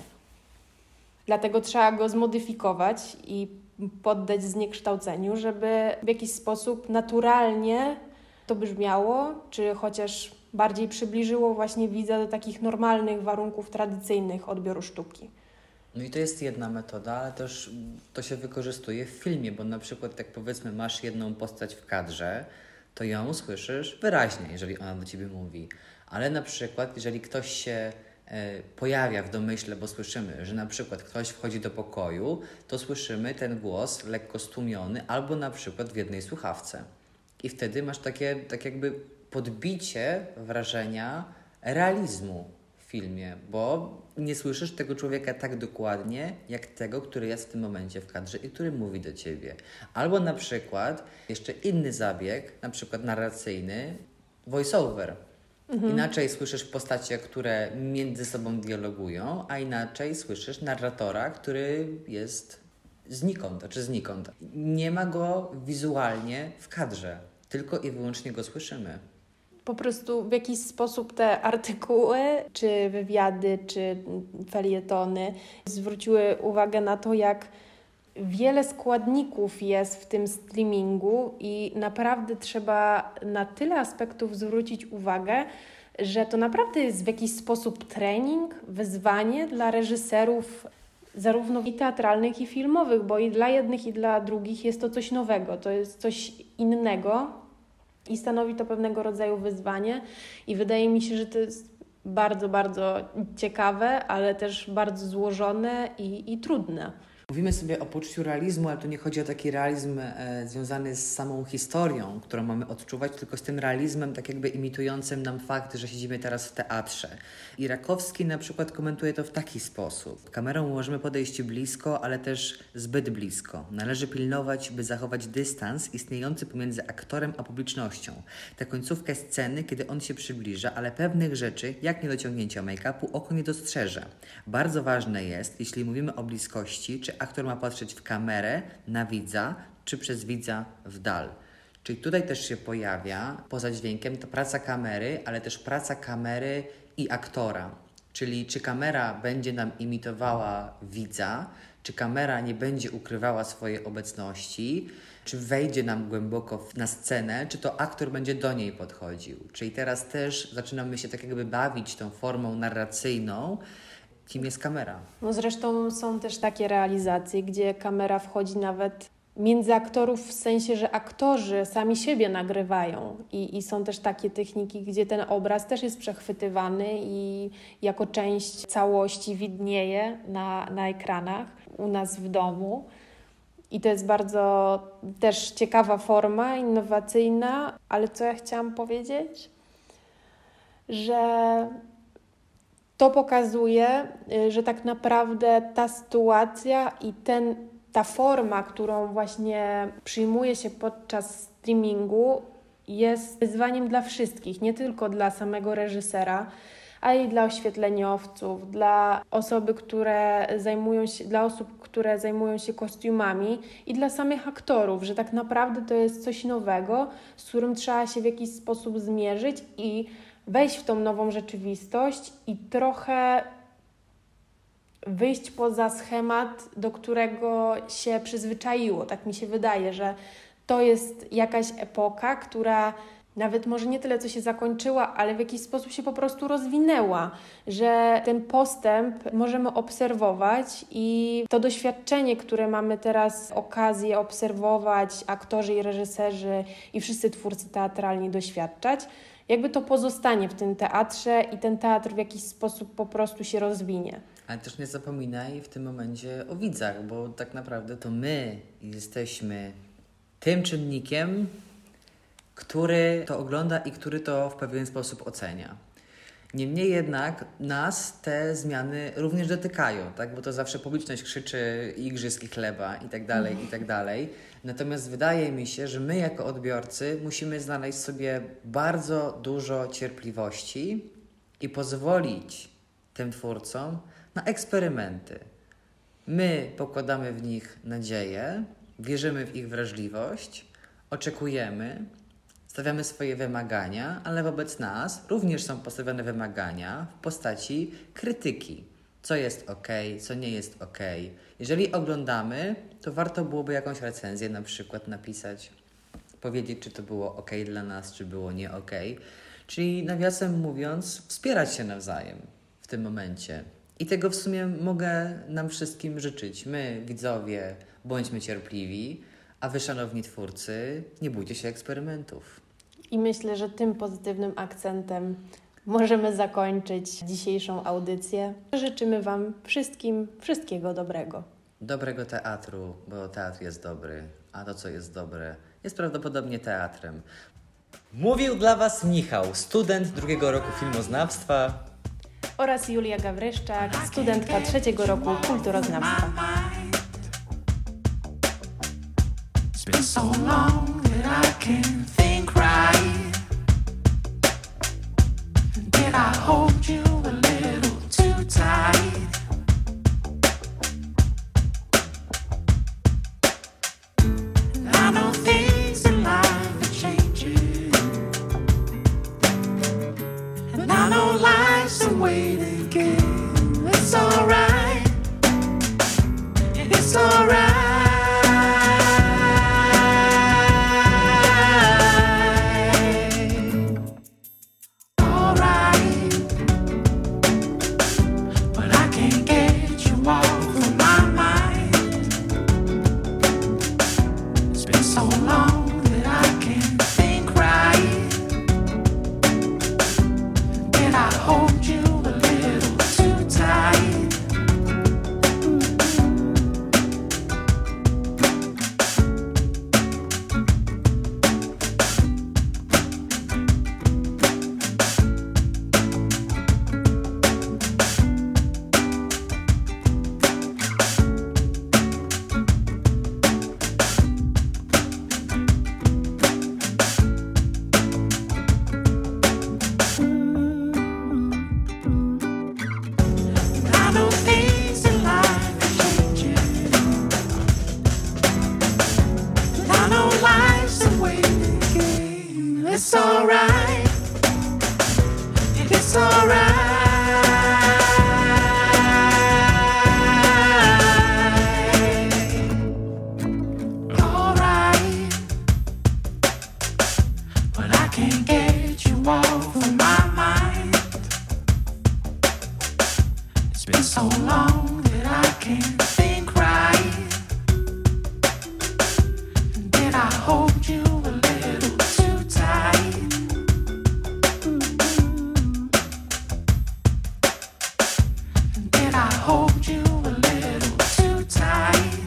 Dlatego trzeba go zmodyfikować i poddać zniekształceniu, żeby w jakiś sposób naturalnie to brzmiało, czy chociaż bardziej przybliżyło właśnie widza do takich normalnych warunków tradycyjnych odbioru sztuki. No i to jest jedna metoda, ale też to się wykorzystuje w filmie, bo na przykład jak powiedzmy masz jedną postać w kadrze, to ją słyszysz wyraźnie, jeżeli ona do ciebie mówi. Ale na przykład jeżeli ktoś się pojawia w domyśle, bo słyszymy, że na przykład ktoś wchodzi do pokoju, to słyszymy ten głos lekko stłumiony albo na przykład w jednej słuchawce. I wtedy masz takie tak jakby podbicie wrażenia realizmu w filmie, bo nie słyszysz tego człowieka tak dokładnie, jak tego, który jest w tym momencie w kadrze i który mówi do ciebie. Albo na przykład jeszcze inny zabieg, na przykład narracyjny, voice-over. Inaczej słyszysz postacie, które między sobą dialogują, a inaczej słyszysz narratora, który jest znikąd. Nie ma go wizualnie w kadrze, tylko i wyłącznie go słyszymy. Po prostu w jakiś sposób te artykuły, czy wywiady, czy felietony zwróciły uwagę na to, jak wiele składników jest w tym streamingu i naprawdę trzeba na tyle aspektów zwrócić uwagę, że to naprawdę jest w jakiś sposób trening, wyzwanie dla reżyserów zarówno i teatralnych, i filmowych, bo i dla jednych, i dla drugich jest to coś nowego, to jest coś innego i stanowi to pewnego rodzaju wyzwanie i wydaje mi się, że to jest bardzo, bardzo ciekawe, ale też bardzo złożone i trudne. Mówimy sobie o poczuciu realizmu, ale tu nie chodzi o taki realizm związany z samą historią, którą mamy odczuwać, tylko z tym realizmem tak jakby imitującym nam fakt, że siedzimy teraz w teatrze. I Rakowski na przykład komentuje to w taki sposób. Kamerą możemy podejść blisko, ale też zbyt blisko. Należy pilnować, by zachować dystans istniejący pomiędzy aktorem a publicznością. Tę końcówkę sceny, kiedy on się przybliża, ale pewnych rzeczy, jak niedociągnięcia make-upu, oko nie dostrzeże. Bardzo ważne jest, jeśli mówimy o bliskości, czy aktor ma patrzeć w kamerę, na widza, czy przez widza w dal. Czyli tutaj też się pojawia, poza dźwiękiem, to praca kamery, ale też praca kamery i aktora. Czyli czy kamera będzie nam imitowała widza, czy kamera nie będzie ukrywała swojej obecności, czy wejdzie nam głęboko na scenę, czy to aktor będzie do niej podchodził. Czyli teraz też zaczynamy się tak jakby bawić tą formą narracyjną, kim jest kamera. No zresztą są też takie realizacje, gdzie kamera wchodzi nawet między aktorów, w sensie, że aktorzy sami siebie nagrywają i są też takie techniki, gdzie ten obraz też jest przechwytywany i jako część całości widnieje na ekranach u nas w domu. I to jest bardzo też ciekawa forma, innowacyjna, ale co ja chciałam powiedzieć? Że to pokazuje, że tak naprawdę ta sytuacja i ta forma, którą właśnie przyjmuje się podczas streamingu, jest wyzwaniem dla wszystkich, nie tylko dla samego reżysera, ale i dla oświetleniowców, dla osób, które zajmują się kostiumami i dla samych aktorów, że tak naprawdę to jest coś nowego, z którym trzeba się w jakiś sposób zmierzyć i wejść w tą nową rzeczywistość i trochę wyjść poza schemat, do którego się przyzwyczaiło. Tak mi się wydaje, że to jest jakaś epoka, która nawet może nie tyle, co się zakończyła, ale w jakiś sposób się po prostu rozwinęła, że ten postęp możemy obserwować i to doświadczenie, które mamy teraz okazję obserwować, aktorzy i reżyserzy i wszyscy twórcy teatralni doświadczać, jakby to pozostanie w tym teatrze i ten teatr w jakiś sposób po prostu się rozwinie. Ale też nie zapominaj w tym momencie o widzach, bo tak naprawdę to my jesteśmy tym czynnikiem, który to ogląda i który to w pewien sposób ocenia. Niemniej jednak nas te zmiany również dotykają, tak? Bo to zawsze publiczność krzyczy igrzysk i chleba i tak dalej, i tak dalej. Natomiast wydaje mi się, że my jako odbiorcy musimy znaleźć sobie bardzo dużo cierpliwości i pozwolić tym twórcom na eksperymenty. My pokładamy w nich nadzieję, wierzymy w ich wrażliwość, oczekujemy, stawiamy swoje wymagania, ale wobec nas również są postawione wymagania w postaci krytyki. Co jest ok, co nie jest ok. Jeżeli oglądamy, to warto byłoby jakąś recenzję na przykład napisać, powiedzieć, czy to było ok dla nas, czy było nie ok. Czyli nawiasem mówiąc, wspierać się nawzajem w tym momencie. I tego w sumie mogę nam wszystkim życzyć. My, widzowie, bądźmy cierpliwi, a wy, szanowni twórcy, nie bójcie się eksperymentów. I myślę, że tym pozytywnym akcentem możemy zakończyć dzisiejszą audycję. Życzymy Wam wszystkim wszystkiego dobrego. Dobrego teatru, bo teatr jest dobry, a to, co jest dobre, jest prawdopodobnie teatrem. Mówił dla Was Michał, student 2. roku filmoznawstwa Oraz Julia Gawryszczak, studentka 3. roku kulturoznawstwa. It's been so long that I can't think right. Did I hold you a little too tight? I know things in life are changing, and I know life's a waiting game. It's alright, it's alright. It's alright, it's alright, alright. But I can't get you off of my mind. It's been so long that I can't think right. Did I hold you a little too tight? Did I hold you a little too tight?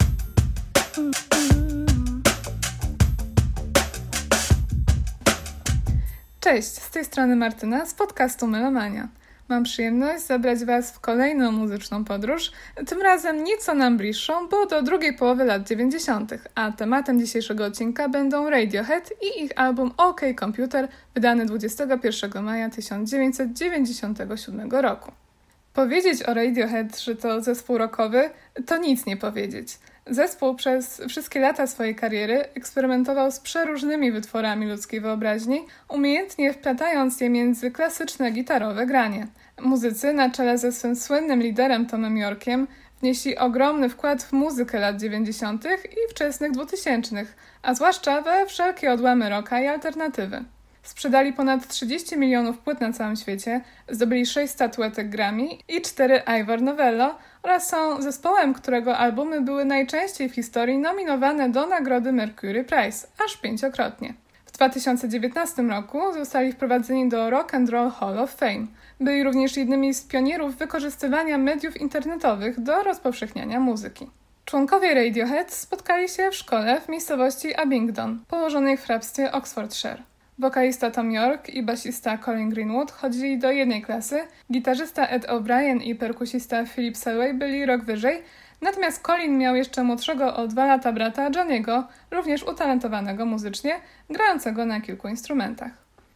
Cześć, z tej strony Martyna z podcastu Melomania. Mam przyjemność zabrać Was w kolejną muzyczną podróż, tym razem nieco nam bliższą, bo do drugiej połowy lat 90., a tematem dzisiejszego odcinka będą Radiohead i ich album OK Computer, wydany 21 maja 1997 roku. Powiedzieć o Radiohead, że to zespół rockowy, to nic nie powiedzieć. Zespół przez wszystkie lata swojej kariery eksperymentował z przeróżnymi wytworami ludzkiej wyobraźni, umiejętnie wplatając je między klasyczne gitarowe granie. Muzycy, na czele ze swym słynnym liderem Tomem Yorkiem, wnieśli ogromny wkład w muzykę lat 90. i wczesnych 2000, a zwłaszcza we wszelkie odłamy rocka i alternatywy. Sprzedali ponad 30 milionów płyt na całym świecie, zdobyli 6 statuetek Grammy i 4 Ivor Novello oraz są zespołem, którego albumy były najczęściej w historii nominowane do nagrody Mercury Prize, aż 5-krotnie. W 2019 roku zostali wprowadzeni do Rock and Roll Hall of Fame. Byli również jednymi z pionierów wykorzystywania mediów internetowych do rozpowszechniania muzyki. Członkowie Radiohead spotkali się w szkole w miejscowości Abingdon, położonej w hrabstwie Oxfordshire. Wokalista Tom York i basista Colin Greenwood chodzili do jednej klasy, gitarzysta Ed O'Brien i perkusista Philip Selway byli rok wyżej, natomiast Colin miał jeszcze młodszego o 2 lata brata Johnny'ego, również utalentowanego muzycznie, grającego na kilku instrumentach. W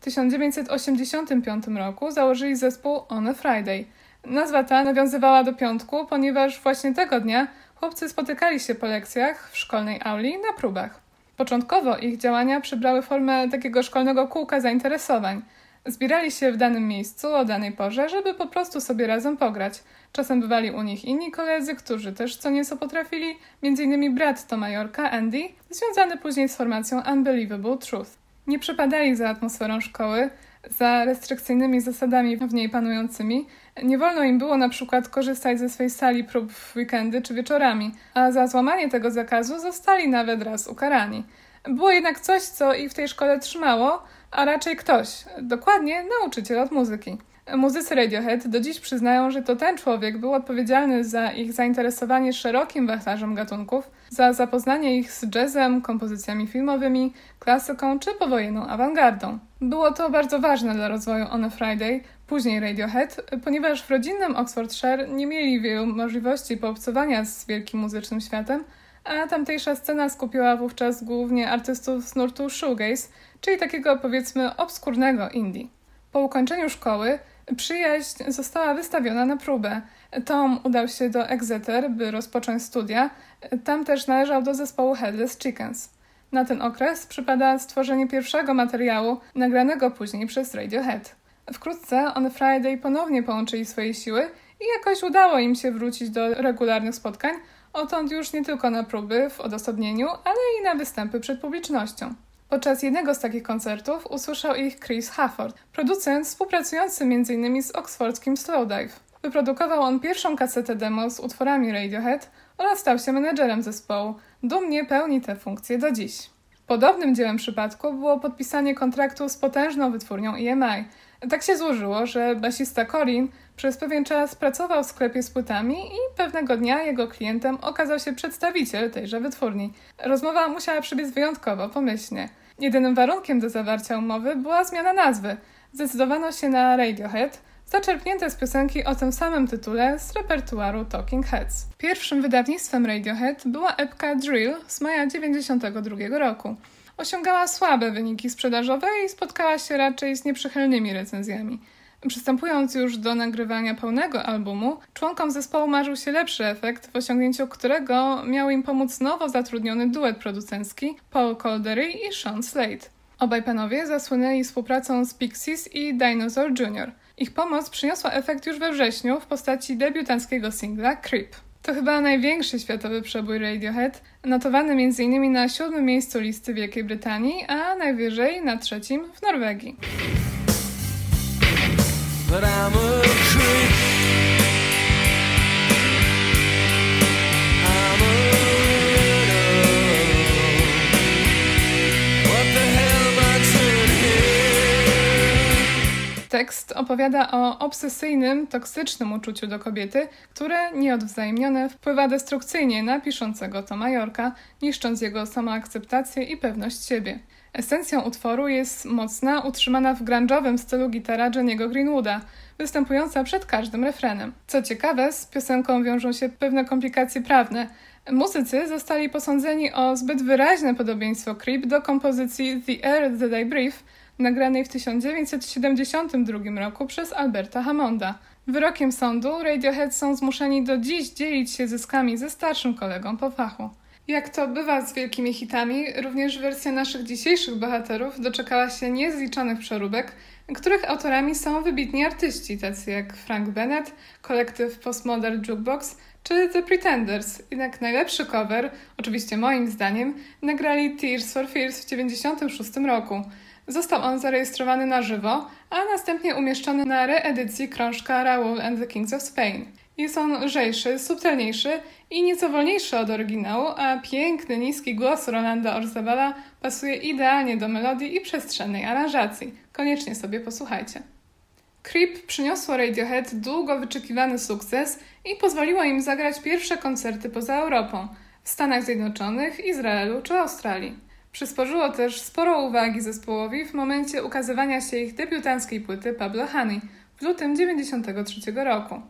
1985 roku założyli zespół On a Friday. Nazwa ta nawiązywała do piątku, ponieważ właśnie tego dnia chłopcy spotykali się po lekcjach w szkolnej auli na próbach. Początkowo ich działania przybrały formę takiego szkolnego kółka zainteresowań. Zbierali się w danym miejscu o danej porze, żeby po prostu sobie razem pograć. Czasem bywali u nich inni koledzy, którzy też co nieco potrafili, m.in. brat Toma Yorka, Andy, związany później z formacją Unbelievable Truth. Nie przepadali za atmosferą szkoły, za restrykcyjnymi zasadami w niej panującymi. Nie wolno im było na przykład korzystać ze swej sali prób w weekendy czy wieczorami, a za złamanie tego zakazu zostali nawet raz ukarani. Było jednak coś, co ich w tej szkole trzymało, a raczej ktoś, dokładnie nauczyciel od muzyki. Muzycy Radiohead do dziś przyznają, że to ten człowiek był odpowiedzialny za ich zainteresowanie szerokim wachlarzem gatunków, za zapoznanie ich z jazzem, kompozycjami filmowymi, klasyką czy powojenną awangardą. Było to bardzo ważne dla rozwoju On a Friday, później Radiohead, ponieważ w rodzinnym Oxfordshire nie mieli wielu możliwości poobcowania z wielkim muzycznym światem, a tamtejsza scena skupiła wówczas głównie artystów z nurtu shoegaze, czyli takiego powiedzmy obskurnego indie. Po ukończeniu szkoły przyjaźń została wystawiona na próbę. Tom udał się do Exeter, by rozpocząć studia. Tam też należał do zespołu Headless Chickens. Na ten okres przypada stworzenie pierwszego materiału, nagranego później przez Radiohead. Wkrótce On a Friday ponownie połączyli swoje siły i jakoś udało im się wrócić do regularnych spotkań, odtąd już nie tylko na próby w odosobnieniu, ale i na występy przed publicznością. Podczas jednego z takich koncertów usłyszał ich Chris Hafford, producent współpracujący m.in. z oksfordzkim Slowdive. Wyprodukował on pierwszą kasetę demo z utworami Radiohead oraz stał się menedżerem zespołu. Dumnie pełni tę funkcję do dziś. Podobnym dziełem przypadku było podpisanie kontraktu z potężną wytwórnią EMI. Tak się złożyło, że basista Corin przez pewien czas pracował w sklepie z płytami i pewnego dnia jego klientem okazał się przedstawiciel tejże wytwórni. Rozmowa musiała przebiec wyjątkowo pomyślnie. Jedynym warunkiem do zawarcia umowy była zmiana nazwy. Zdecydowano się na Radiohead, zaczerpnięte z piosenki o tym samym tytule z repertuaru Talking Heads. Pierwszym wydawnictwem Radiohead była epka Drill z maja 1992 roku. Osiągała słabe wyniki sprzedażowe i spotkała się raczej z nieprzychylnymi recenzjami. Przystępując już do nagrywania pełnego albumu, członkom zespołu marzył się lepszy efekt, w osiągnięciu którego miał im pomóc nowo zatrudniony duet producencki Paul Caldery i Sean Slade. Obaj panowie zasłynęli współpracą z Pixies i Dinosaur Jr. Ich pomoc przyniosła efekt już we wrześniu w postaci debiutanckiego singla Creep. To chyba największy światowy przebój Radiohead, notowany m.in. na 7. miejscu listy Wielkiej Brytanii, a najwyżej na 3. w Norwegii. But I'm a creep. I'm a widow. What the hell am I doing here? Tekst opowiada o obsesyjnym, toksycznym uczuciu do kobiety, które nieodwzajemnione wpływa destrukcyjnie na piszącego Toma Yorka, niszcząc jego samoakceptację i pewność siebie. Esencją utworu jest mocna, utrzymana w grunge'owym stylu gitara Johnny'ego Greenwooda, występująca przed każdym refrenem. Co ciekawe, z piosenką wiążą się pewne komplikacje prawne. Muzycy zostali posądzeni o zbyt wyraźne podobieństwo Creep do kompozycji The Air That I Breathe, nagranej w 1972 roku przez Alberta Hammonda. Wyrokiem sądu Radiohead są zmuszeni do dziś dzielić się zyskami ze starszym kolegą po fachu. Jak to bywa z wielkimi hitami, również wersja naszych dzisiejszych bohaterów doczekała się niezliczonych przeróbek, których autorami są wybitni artyści, tacy jak Frank Bennett, kolektyw Postmodern Jukebox czy The Pretenders. Jednak najlepszy cover, oczywiście moim zdaniem, nagrali Tears for Fears w 1996 roku. Został on zarejestrowany na żywo, a następnie umieszczony na reedycji krążka Raoul and the Kings of Spain. Jest on lżejszy, subtelniejszy i nieco wolniejszy od oryginału, a piękny, niski głos Rolanda Orzabala pasuje idealnie do melodii i przestrzennej aranżacji. Koniecznie sobie posłuchajcie. Creep przyniosło Radiohead długo wyczekiwany sukces i pozwoliło im zagrać pierwsze koncerty poza Europą, w Stanach Zjednoczonych, Izraelu czy Australii. Przysporzyło też sporo uwagi zespołowi w momencie ukazywania się ich debiutanckiej płyty Pablo Honey w lutym 1993 roku.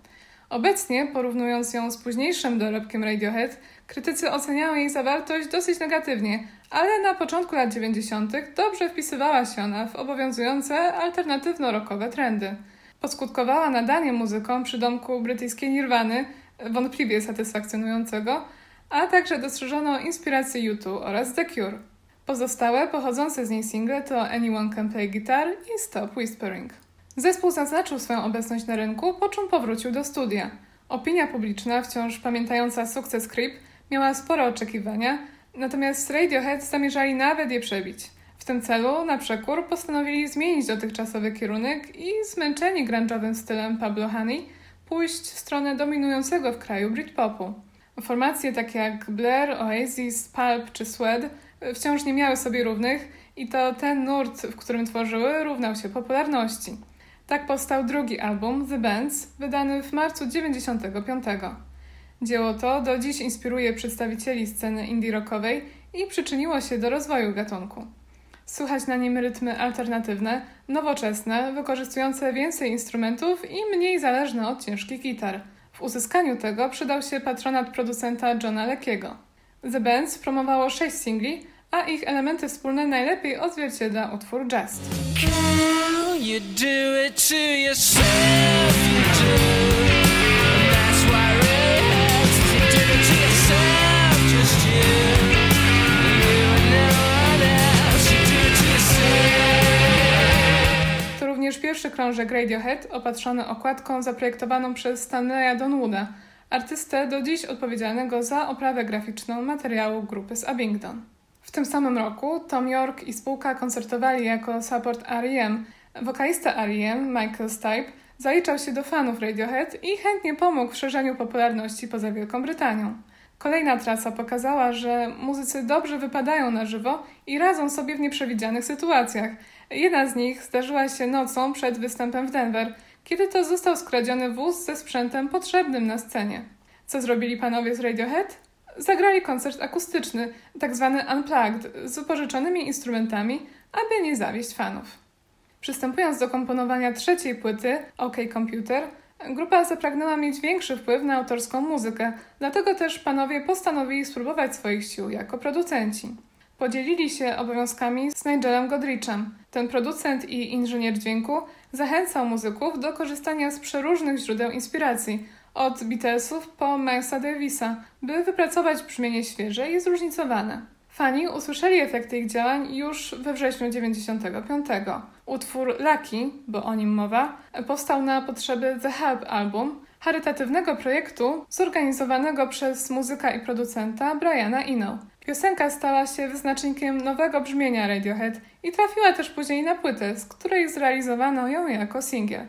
Obecnie, porównując ją z późniejszym dorobkiem Radiohead, krytycy oceniają jej zawartość dosyć negatywnie, ale na początku lat 90. dobrze wpisywała się ona w obowiązujące alternatywno-rockowe trendy. Poskutkowała nadaniem muzykom przydomku brytyjskiej Nirwany, wątpliwie satysfakcjonującego, a także dostrzeżono inspiracje U2 oraz The Cure. Pozostałe, pochodzące z niej single to Anyone Can Play Guitar i Stop Whispering. Zespół zaznaczył swoją obecność na rynku, po czym powrócił do studia. Opinia publiczna, wciąż pamiętająca sukces Creep, miała spore oczekiwania, natomiast Radiohead zamierzali nawet je przebić. W tym celu, na przekór, postanowili zmienić dotychczasowy kierunek i, zmęczeni grunge'owym stylem Pablo Honey, pójść w stronę dominującego w kraju Britpopu. Formacje takie jak Blur, Oasis, Pulp czy Suede wciąż nie miały sobie równych i to ten nurt, w którym tworzyły, równał się popularności. Tak powstał drugi album, The Bands, wydany w marcu 1995. Dzieło to do dziś inspiruje przedstawicieli sceny indie rockowej i przyczyniło się do rozwoju gatunku. Słychać na nim rytmy alternatywne, nowoczesne, wykorzystujące więcej instrumentów i mniej zależne od ciężkich gitar. W uzyskaniu tego przydał się patronat producenta Johna Leckiego. The Bands promowało 6 singli, a ich elementy wspólne najlepiej odzwierciedla utwór Just. You do it to yourself, you do. That's why it hurts. You do it to yourself, just you. You and no one else. You do it to yourself. To również pierwszy krążek Radiohead opatrzony okładką zaprojektowaną przez Stanleya Donwooda, artystę do dziś odpowiedzialnego za oprawę graficzną materiału grupy z Abingdon. W tym samym roku Thom Yorke i spółka koncertowali jako support R.E.M. Wokalista R.E.M. Michael Stipe zaliczał się do fanów Radiohead i chętnie pomógł w szerzeniu popularności poza Wielką Brytanią. Kolejna trasa pokazała, że muzycy dobrze wypadają na żywo i radzą sobie w nieprzewidzianych sytuacjach. Jedna z nich zdarzyła się nocą przed występem w Denver, kiedy to został skradziony wóz ze sprzętem potrzebnym na scenie. Co zrobili panowie z Radiohead? Zagrali koncert akustyczny, tzw. unplugged, z upożyczonymi instrumentami, aby nie zawieść fanów. Przystępując do komponowania trzeciej płyty, OK Computer, grupa zapragnęła mieć większy wpływ na autorską muzykę, dlatego też panowie postanowili spróbować swoich sił jako producenci. Podzielili się obowiązkami z Nigelem Godrichem. Ten producent i inżynier dźwięku zachęcał muzyków do korzystania z przeróżnych źródeł inspiracji, od Beatlesów po Milesa Davisa, by wypracować brzmienie świeże i zróżnicowane. Fani usłyszeli efekty ich działań już we wrześniu 1995. Utwór Lucky, bo o nim mowa, powstał na potrzeby The Help Album, charytatywnego projektu zorganizowanego przez muzyka i producenta Briana Eno. Piosenka stała się wyznacznikiem nowego brzmienia Radiohead i trafiła też później na płytę, z której zrealizowano ją jako singiel.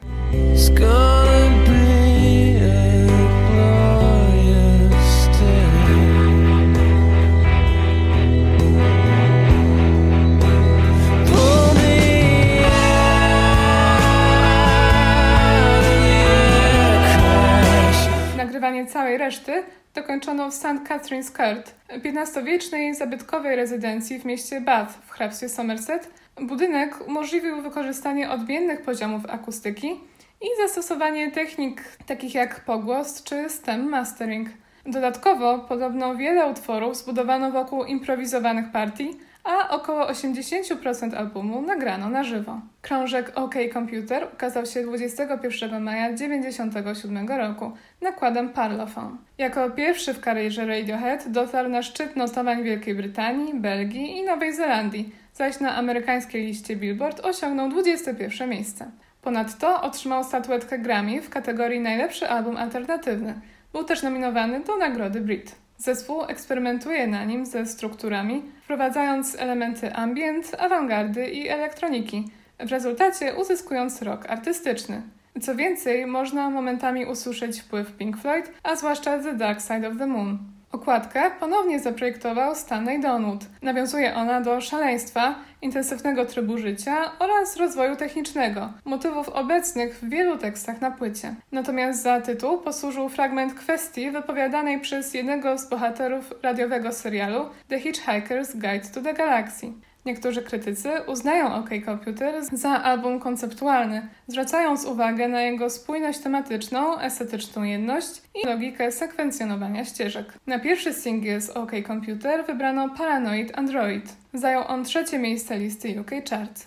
Nagrywanie całej reszty dokończono w St. Catherine's Court, XV-wiecznej zabytkowej rezydencji w mieście Bath w hrabstwie Somerset. Budynek umożliwił wykorzystanie odmiennych poziomów akustyki i zastosowanie technik takich jak pogłos czy stem mastering. Dodatkowo podobno wiele utworów zbudowano wokół improwizowanych partii, a około 80% albumu nagrano na żywo. Krążek OK Computer ukazał się 21 maja 1997 roku nakładem Parlophone. Jako pierwszy w karierze Radiohead dotarł na szczyt notowań Wielkiej Brytanii, Belgii i Nowej Zelandii, zaś na amerykańskiej liście Billboard osiągnął 21 miejsce. Ponadto otrzymał statuetkę Grammy w kategorii Najlepszy album alternatywny. Był też nominowany do nagrody Brit. Zespół eksperymentuje na nim ze strukturami, wprowadzając elementy ambient, awangardy i elektroniki, w rezultacie uzyskując rock artystyczny. Co więcej, można momentami usłyszeć wpływ Pink Floyd, a zwłaszcza The Dark Side of the Moon. Okładkę ponownie zaprojektował Stanley Donwood. Nawiązuje ona do szaleństwa, intensywnego trybu życia oraz rozwoju technicznego, motywów obecnych w wielu tekstach na płycie. Natomiast za tytuł posłużył fragment kwestii wypowiadanej przez jednego z bohaterów radiowego serialu The Hitchhiker's Guide to the Galaxy. Niektórzy krytycy uznają OK Computer za album konceptualny, zwracając uwagę na jego spójność tematyczną, estetyczną jedność i logikę sekwencjonowania ścieżek. Na pierwszy singiel z OK Computer wybrano Paranoid Android. Zajął on 3. miejsce listy UK Chart.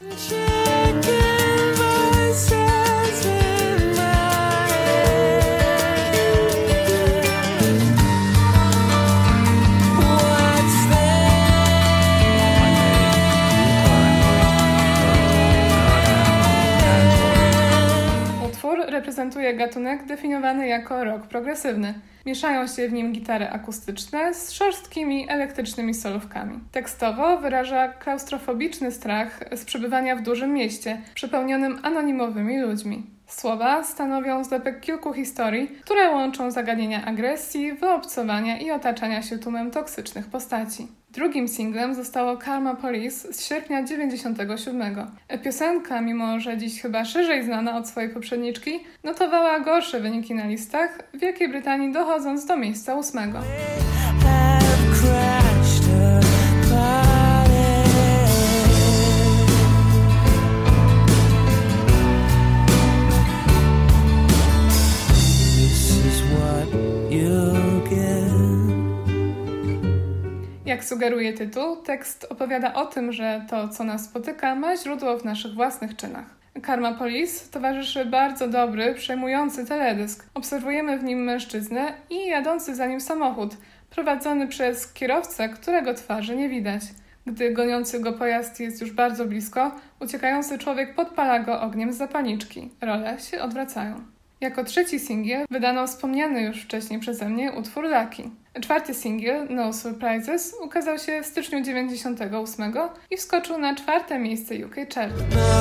Reprezentuje gatunek definiowany jako rock progresywny. Mieszają się w nim gitary akustyczne z szorstkimi elektrycznymi solówkami. Tekstowo wyraża klaustrofobiczny strach z przebywania w dużym mieście, przepełnionym anonimowymi ludźmi. Słowa stanowią zlepek kilku historii, które łączą zagadnienia agresji, wyobcowania i otaczania się tłumem toksycznych postaci. Drugim singlem zostało Karma Police z sierpnia 1997. Piosenka, mimo że dziś chyba szerzej znana od swojej poprzedniczki, notowała gorsze wyniki na listach, w Wielkiej Brytanii dochodząc do miejsca 8. Jak sugeruje tytuł, tekst opowiada o tym, że to, co nas spotyka, ma źródło w naszych własnych czynach. Karma Police towarzyszy bardzo dobry, przejmujący teledysk. Obserwujemy w nim mężczyznę i jadący za nim samochód, prowadzony przez kierowcę, którego twarzy nie widać. Gdy goniący go pojazd jest już bardzo blisko, uciekający człowiek podpala go ogniem z zapalniczki. Role się odwracają. Jako 3. singiel wydano wspomniany już wcześniej przeze mnie utwór Lucky. 4. singiel, No Surprises, ukazał się w styczniu 1998 i wskoczył na 4. miejsce UK Chart.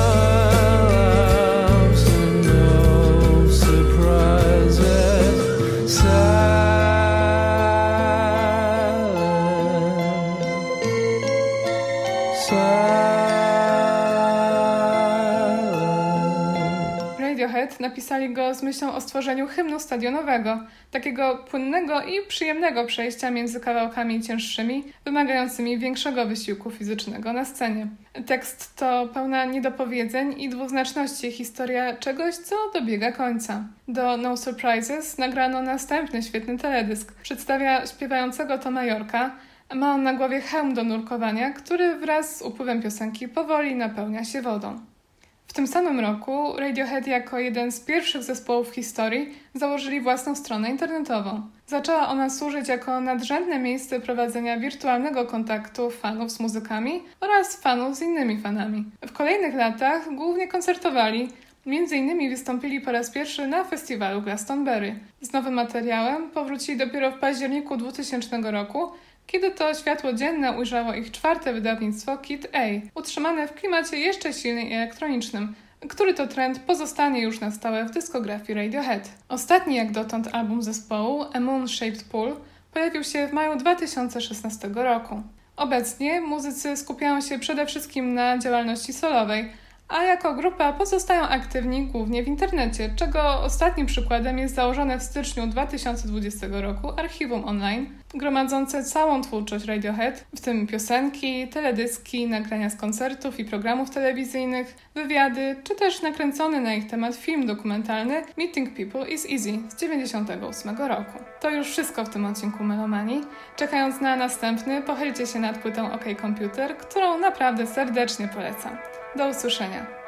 Radiohead napisali go z myślą o stworzeniu hymnu stadionowego, takiego płynnego i przyjemnego przejścia między kawałkami cięższymi, wymagającymi większego wysiłku fizycznego na scenie. Tekst to pełna niedopowiedzeń i dwuznaczności historia czegoś, co dobiega końca. Do No Surprises nagrano następny świetny teledysk. Przedstawia śpiewającego Toma Yorka. Ma on na głowie hełm do nurkowania, który wraz z upływem piosenki powoli napełnia się wodą. W tym samym roku Radiohead jako jeden z pierwszych zespołów w historii założyli własną stronę internetową. Zaczęła ona służyć jako nadrzędne miejsce prowadzenia wirtualnego kontaktu fanów z muzykami oraz fanów z innymi fanami. W kolejnych latach głównie koncertowali, m.in. wystąpili po raz pierwszy na festiwalu Glastonbury. Z nowym materiałem powrócili dopiero w październiku 2000 roku, kiedy to światło dzienne ujrzało ich 4. wydawnictwo Kid A, utrzymane w klimacie jeszcze silnym i elektronicznym, który to trend pozostanie już na stałe w dyskografii Radiohead. Ostatni jak dotąd album zespołu, A Moon Shaped Pool, pojawił się w maju 2016 roku. Obecnie muzycy skupiają się przede wszystkim na działalności solowej, a jako grupa pozostają aktywni głównie w internecie, czego ostatnim przykładem jest założone w styczniu 2020 roku archiwum online, gromadzące całą twórczość Radiohead, w tym piosenki, teledyski, nagrania z koncertów i programów telewizyjnych, wywiady, czy też nakręcony na ich temat film dokumentalny Meeting People is Easy z 1998 roku. To już wszystko w tym odcinku Melomanii. Czekając na następny, pochylcie się nad płytą OK Computer, którą naprawdę serdecznie polecam. Do usłyszenia.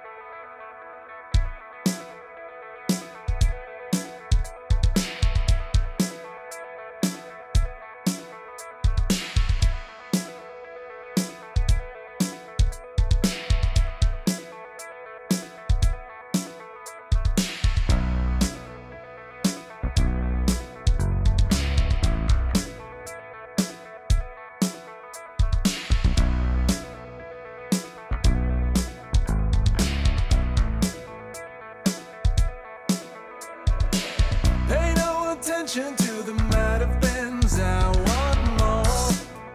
To the might have beens, I want more.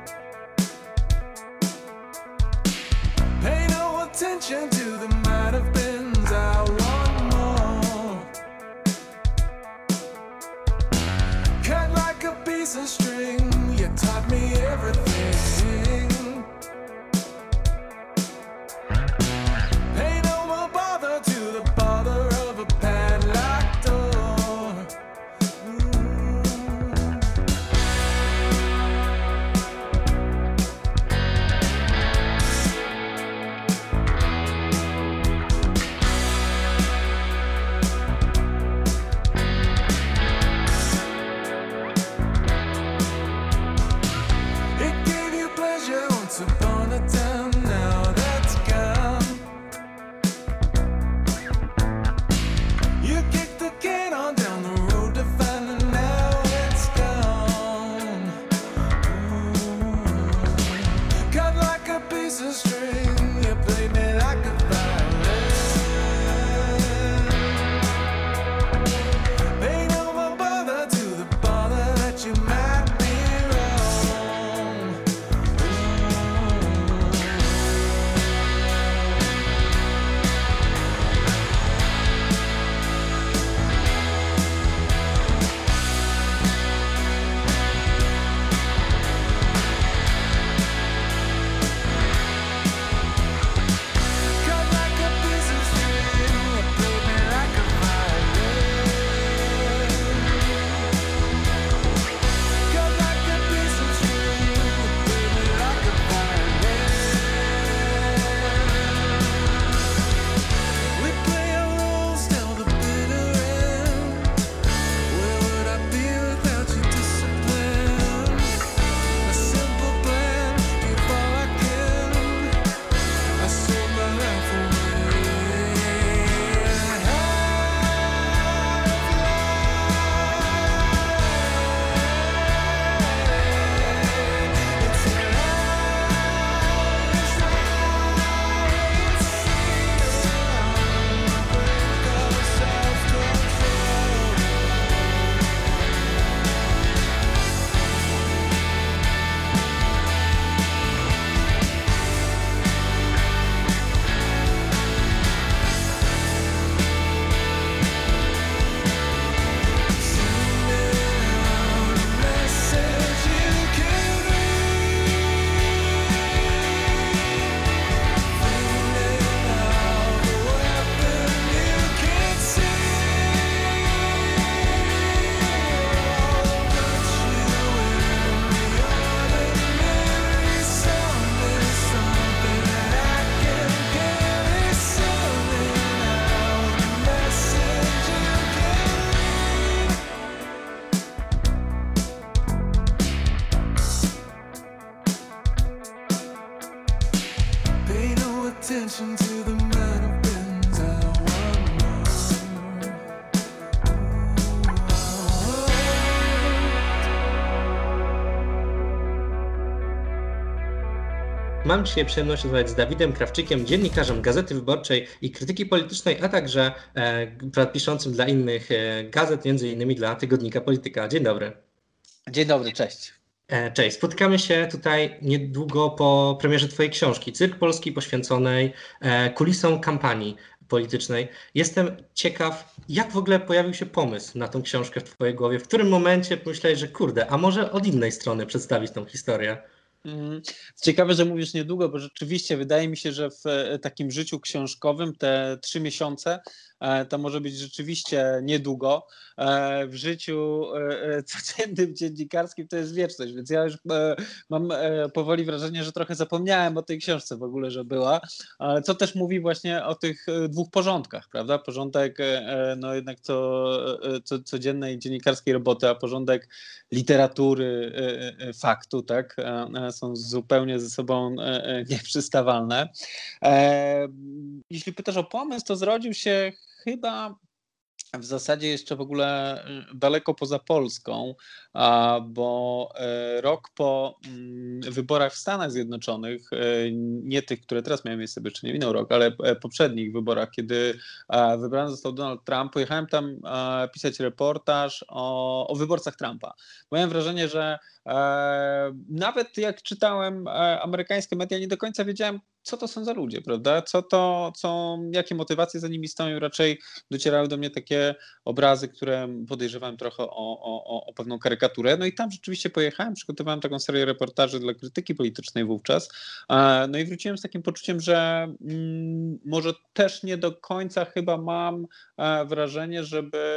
Pay no attention to the might have beens, I want more. Cut like a piece of string, you taught me everything. Mam dzisiaj przyjemność rozmawiać z Dawidem Krawczykiem, dziennikarzem Gazety Wyborczej i Krytyki Politycznej, a także piszącym dla innych gazet, m.in. dla tygodnika Polityka. Dzień dobry. Dzień dobry, cześć. Cześć, spotykamy się tutaj niedługo po premierze Twojej książki Cyrk Polski poświęconej kulisom kampanii politycznej. Jestem ciekaw, jak w ogóle pojawił się pomysł na tą książkę w Twojej głowie? W którym momencie pomyślałeś, że kurde, a może od innej strony przedstawić tą historię? Ciekawe, że mówisz niedługo, bo rzeczywiście wydaje mi się, że w takim życiu książkowym te 3 miesiące to może być rzeczywiście niedługo. W życiu codziennym dziennikarskim to jest wieczność, więc ja już mam powoli wrażenie, że trochę zapomniałem o tej książce w ogóle, że była, co też mówi właśnie o tych 2 porządkach, prawda? Porządek no jednak codziennej dziennikarskiej roboty, a porządek literatury, faktu, tak? Są zupełnie ze sobą nieprzystawalne. Jeśli pytasz o pomysł, to zrodził się chyba w zasadzie jeszcze w ogóle daleko poza Polską, bo rok po wyborach w Stanach Zjednoczonych, nie tych, które teraz miały miejsce, bo jeszcze nie minął rok, ale poprzednich wyborach, kiedy wybrany został Donald Trump, pojechałem tam pisać reportaż o wyborcach Trumpa. Miałem wrażenie, że nawet jak czytałem amerykańskie media, nie do końca wiedziałem, co to są za ludzie, prawda? Jakie motywacje za nimi stoją. Raczej docierały do mnie takie obrazy, które podejrzewałem trochę o pewną karykaturę. No i tam rzeczywiście pojechałem, przygotowałem taką serię reportaży dla Krytyki Politycznej wówczas. No i wróciłem z takim poczuciem, że może też nie do końca chyba mam wrażenie, żeby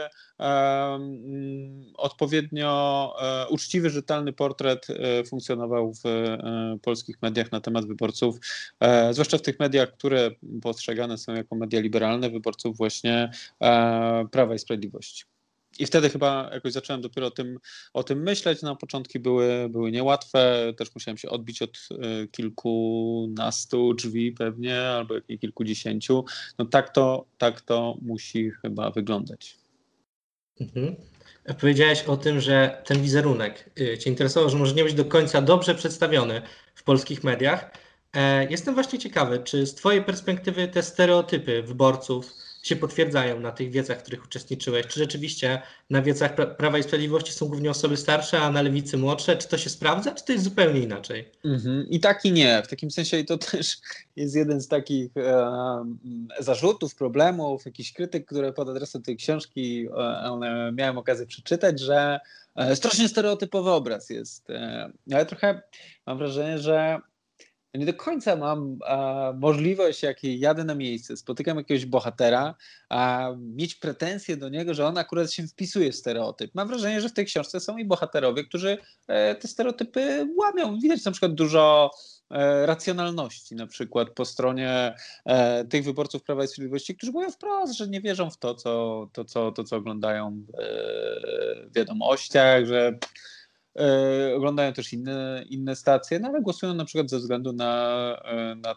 odpowiednio uczciwy, rzetelny portret funkcjonował w polskich mediach na temat wyborców, zwłaszcza w tych mediach, które postrzegane są jako media liberalne, wyborców właśnie Prawa i Sprawiedliwości. I wtedy chyba jakoś zacząłem dopiero o tym myśleć. Na początki były niełatwe, też musiałem się odbić od kilkunastu drzwi pewnie, albo jak nie kilkudziesięciu. No tak to musi chyba wyglądać. Mhm. Powiedziałeś o tym, że ten wizerunek Cię interesował, że może nie być do końca dobrze przedstawiony w polskich mediach. Jestem właśnie ciekawy, czy z Twojej perspektywy te stereotypy wyborców się potwierdzają na tych wiecach, w których uczestniczyłeś? Czy rzeczywiście na wiecach Prawa i Sprawiedliwości są głównie osoby starsze, a na Lewicy młodsze? Czy to się sprawdza, czy to jest zupełnie inaczej? I tak i nie. W takim sensie i to też jest jeden z takich zarzutów, problemów, jakichś krytyk, które pod adresem tej książki miałem okazję przeczytać, że strasznie stereotypowy obraz jest. Ale trochę mam wrażenie, że nie do końca mam możliwość, jak jadę na miejsce, spotykam jakiegoś bohatera, mieć pretensje do niego, że on akurat się wpisuje w stereotyp. Mam wrażenie, że w tej książce są i bohaterowie, którzy te stereotypy łamią. Widać na przykład dużo racjonalności na przykład po stronie tych wyborców Prawa i Sprawiedliwości, którzy mówią wprost, że nie wierzą w to, co oglądają w wiadomościach, że oglądają też inne stacje, no ale głosują na przykład ze względu na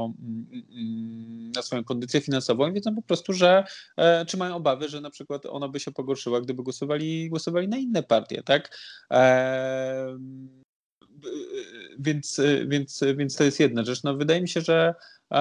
swoją kondycję finansową i wiedzą po prostu, że czy mają obawy, że na przykład ona by się pogorszyła, gdyby głosowali na inne partie, tak? Więc to jest jedna rzecz. No, wydaje mi się, że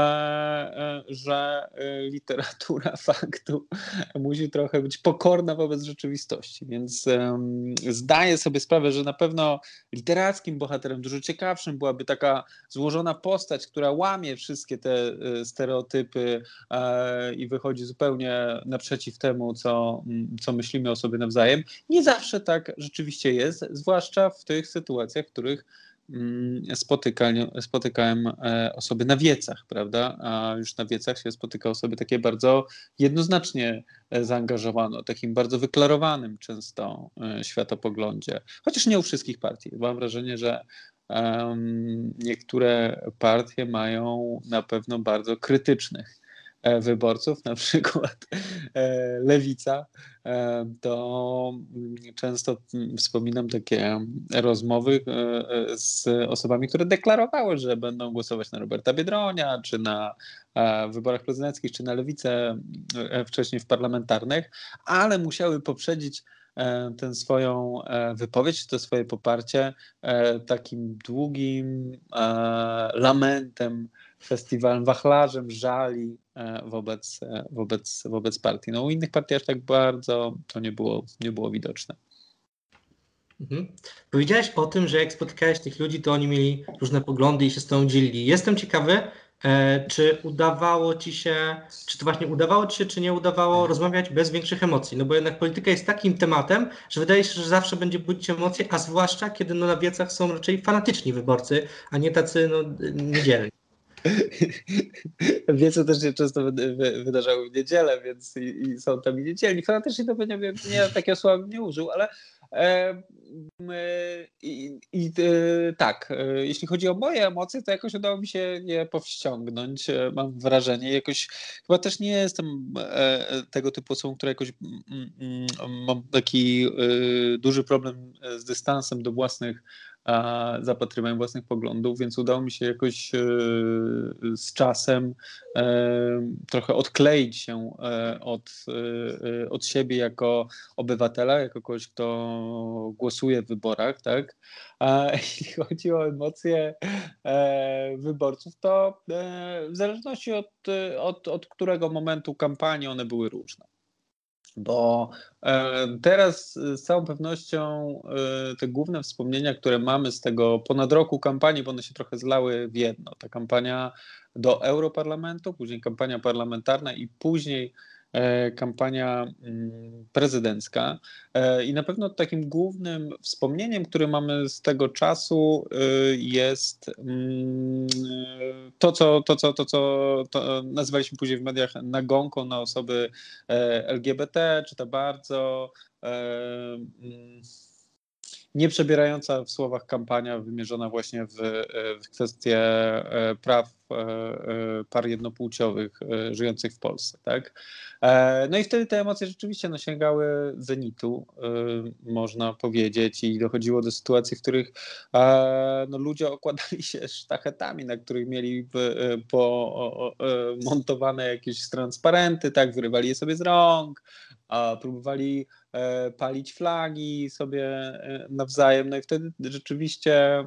literatura faktu musi trochę być pokorna wobec rzeczywistości, więc zdaję sobie sprawę, że na pewno literackim bohaterem dużo ciekawszym byłaby taka złożona postać, która łamie wszystkie te stereotypy i wychodzi zupełnie naprzeciw temu, co myślimy o sobie nawzajem. Nie zawsze tak rzeczywiście jest, zwłaszcza w tych sytuacjach, w których spotykałem osoby na wiecach, prawda? A już na wiecach się spotyka osoby takie bardzo jednoznacznie zaangażowane, o takim bardzo wyklarowanym często światopoglądzie. Chociaż nie u wszystkich partii. Mam wrażenie, że niektóre partie mają na pewno bardzo krytycznych wyborców, na przykład Lewica, to często wspominam takie rozmowy z osobami, które deklarowały, że będą głosować na Roberta Biedronia, czy na wyborach prezydenckich, czy na Lewicę wcześniej w parlamentarnych, ale musiały poprzedzić tę swoją wypowiedź, to swoje poparcie takim długim lamentem, festiwalem, wachlarzem żali wobec partii. No u innych partii aż tak bardzo to nie było widoczne. Mhm. Powiedziałeś o tym, że jak spotykałeś tych ludzi, to oni mieli różne poglądy i się z tobą dzielili. Jestem ciekawy, czy udawało ci się, czy nie udawało rozmawiać bez większych emocji? No bo jednak polityka jest takim tematem, że wydaje się, że zawsze będzie budzić emocje, a zwłaszcza kiedy na wiecach są raczej fanatyczni wyborcy, a nie tacy niedzielni. Wiece też się często wydarzały w niedzielę, więc i są tam i niedzielni. Fanatycznie to nie takiego słowa bym nie użył, ale tak, jeśli chodzi o moje emocje, to jakoś udało mi się je powściągnąć, mam wrażenie. Jakoś chyba też nie jestem tego typu osobą, która jakoś mam taki duży problem z dystansem do własnych zapatrywania własnych poglądów, więc udało mi się jakoś z czasem trochę odkleić się od siebie jako obywatela, jako kogoś, kto głosuje w wyborach, tak? A jeśli chodzi o emocje wyborców, to w zależności od którego momentu kampanii one były różne. Bo teraz z całą pewnością te główne wspomnienia, które mamy z tego ponad roku kampanii, bo one się trochę zlały w jedno. Ta kampania do Europarlamentu, później kampania parlamentarna i później kampania prezydencka. I na pewno takim głównym wspomnieniem, które mamy z tego czasu jest to, co nazywaliśmy później w mediach nagonką na osoby LGBT, czy ta bardzo nie przebierająca w słowach kampania wymierzona właśnie w kwestię praw par jednopłciowych żyjących w Polsce, tak? No i wtedy te emocje rzeczywiście sięgały zenitu, można powiedzieć, i dochodziło do sytuacji, w których ludzie okładali się sztachetami, na których mieli montowane jakieś transparenty, tak? Wyrywali je sobie z rąk, próbowali palić flagi sobie nawzajem, no i wtedy rzeczywiście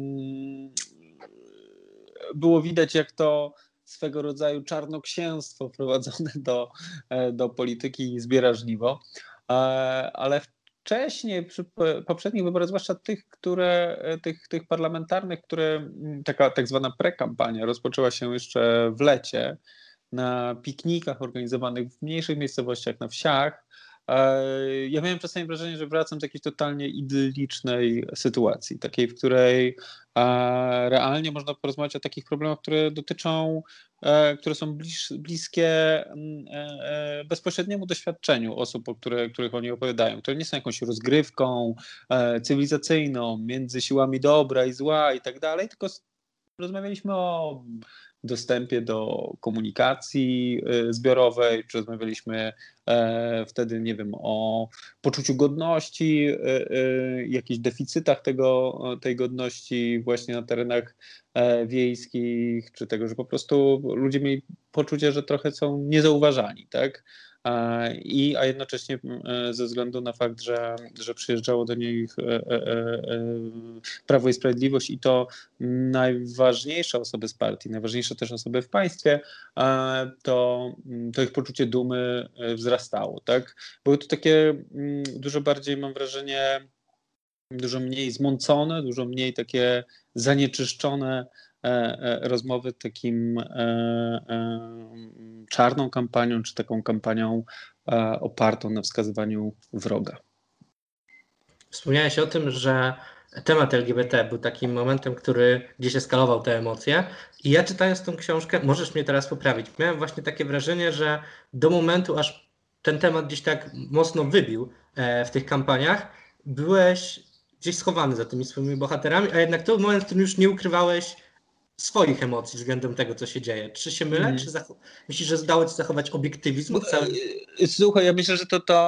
było widać, jak to swego rodzaju czarnoksięstwo wprowadzone do polityki zbiera żniwo, ale wcześniej, przy poprzednich wyborach, zwłaszcza tych parlamentarnych, taka tak zwana prekampania rozpoczęła się jeszcze w lecie na piknikach organizowanych w mniejszych miejscowościach na wsiach. Ja miałem czasami wrażenie, że wracam do jakiejś totalnie idyllicznej sytuacji, takiej, w której realnie można porozmawiać o takich problemach, które są bliskie bezpośredniemu doświadczeniu osób, o których oni opowiadają, które nie są jakąś rozgrywką cywilizacyjną między siłami dobra i zła i tak dalej, tylko rozmawialiśmy o dostępie do komunikacji zbiorowej, czy rozmawialiśmy wtedy, nie wiem, o poczuciu godności, jakichś deficytach tej godności właśnie na terenach wiejskich, czy tego, że po prostu ludzie mieli poczucie, że trochę są niezauważani, tak? A jednocześnie ze względu na fakt, że przyjeżdżało do nich Prawo i Sprawiedliwość i to najważniejsze osoby z partii, najważniejsze też osoby w państwie, to ich poczucie dumy wzrastało. Tak? Były to takie dużo bardziej, mam wrażenie, dużo mniej zmącone, dużo mniej takie zanieczyszczone rozmowy takim czarną kampanią, czy taką kampanią opartą na wskazywaniu wroga. Wspomniałeś o tym, że temat LGBT był takim momentem, który gdzieś eskalował te emocje. I ja czytając tą książkę, możesz mnie teraz poprawić, miałem właśnie takie wrażenie, że do momentu, aż ten temat gdzieś tak mocno wybił w tych kampaniach, byłeś gdzieś schowany za tymi swoimi bohaterami, a jednak to był moment, w którym już nie ukrywałeś swoich emocji względem tego, co się dzieje. Czy się mylę? Czy myślisz, że zdało ci zachować obiektywizm? Słuchaj, ja myślę, że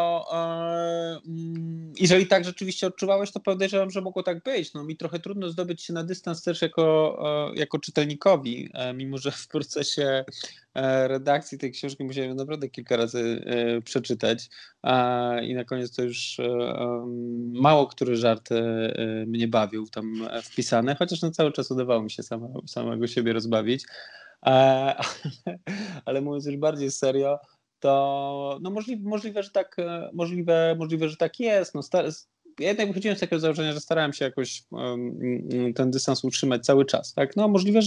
jeżeli tak rzeczywiście odczuwałeś, to podejrzewam, że mogło tak być. No, mi trochę trudno zdobyć się na dystans też jako czytelnikowi, mimo że w procesie redakcji tej książki musiałem naprawdę kilka razy przeczytać i na koniec to już mało który żart mnie bawił tam wpisany, chociaż cały czas udawało mi się samego siebie rozbawić. Ale mówiąc już bardziej serio, to no możliwe, że tak, możliwe, że tak jest. No, ja jednak wychodziłem z takiego założenia, że starałem się jakoś ten dystans utrzymać cały czas. Tak? No możliwe,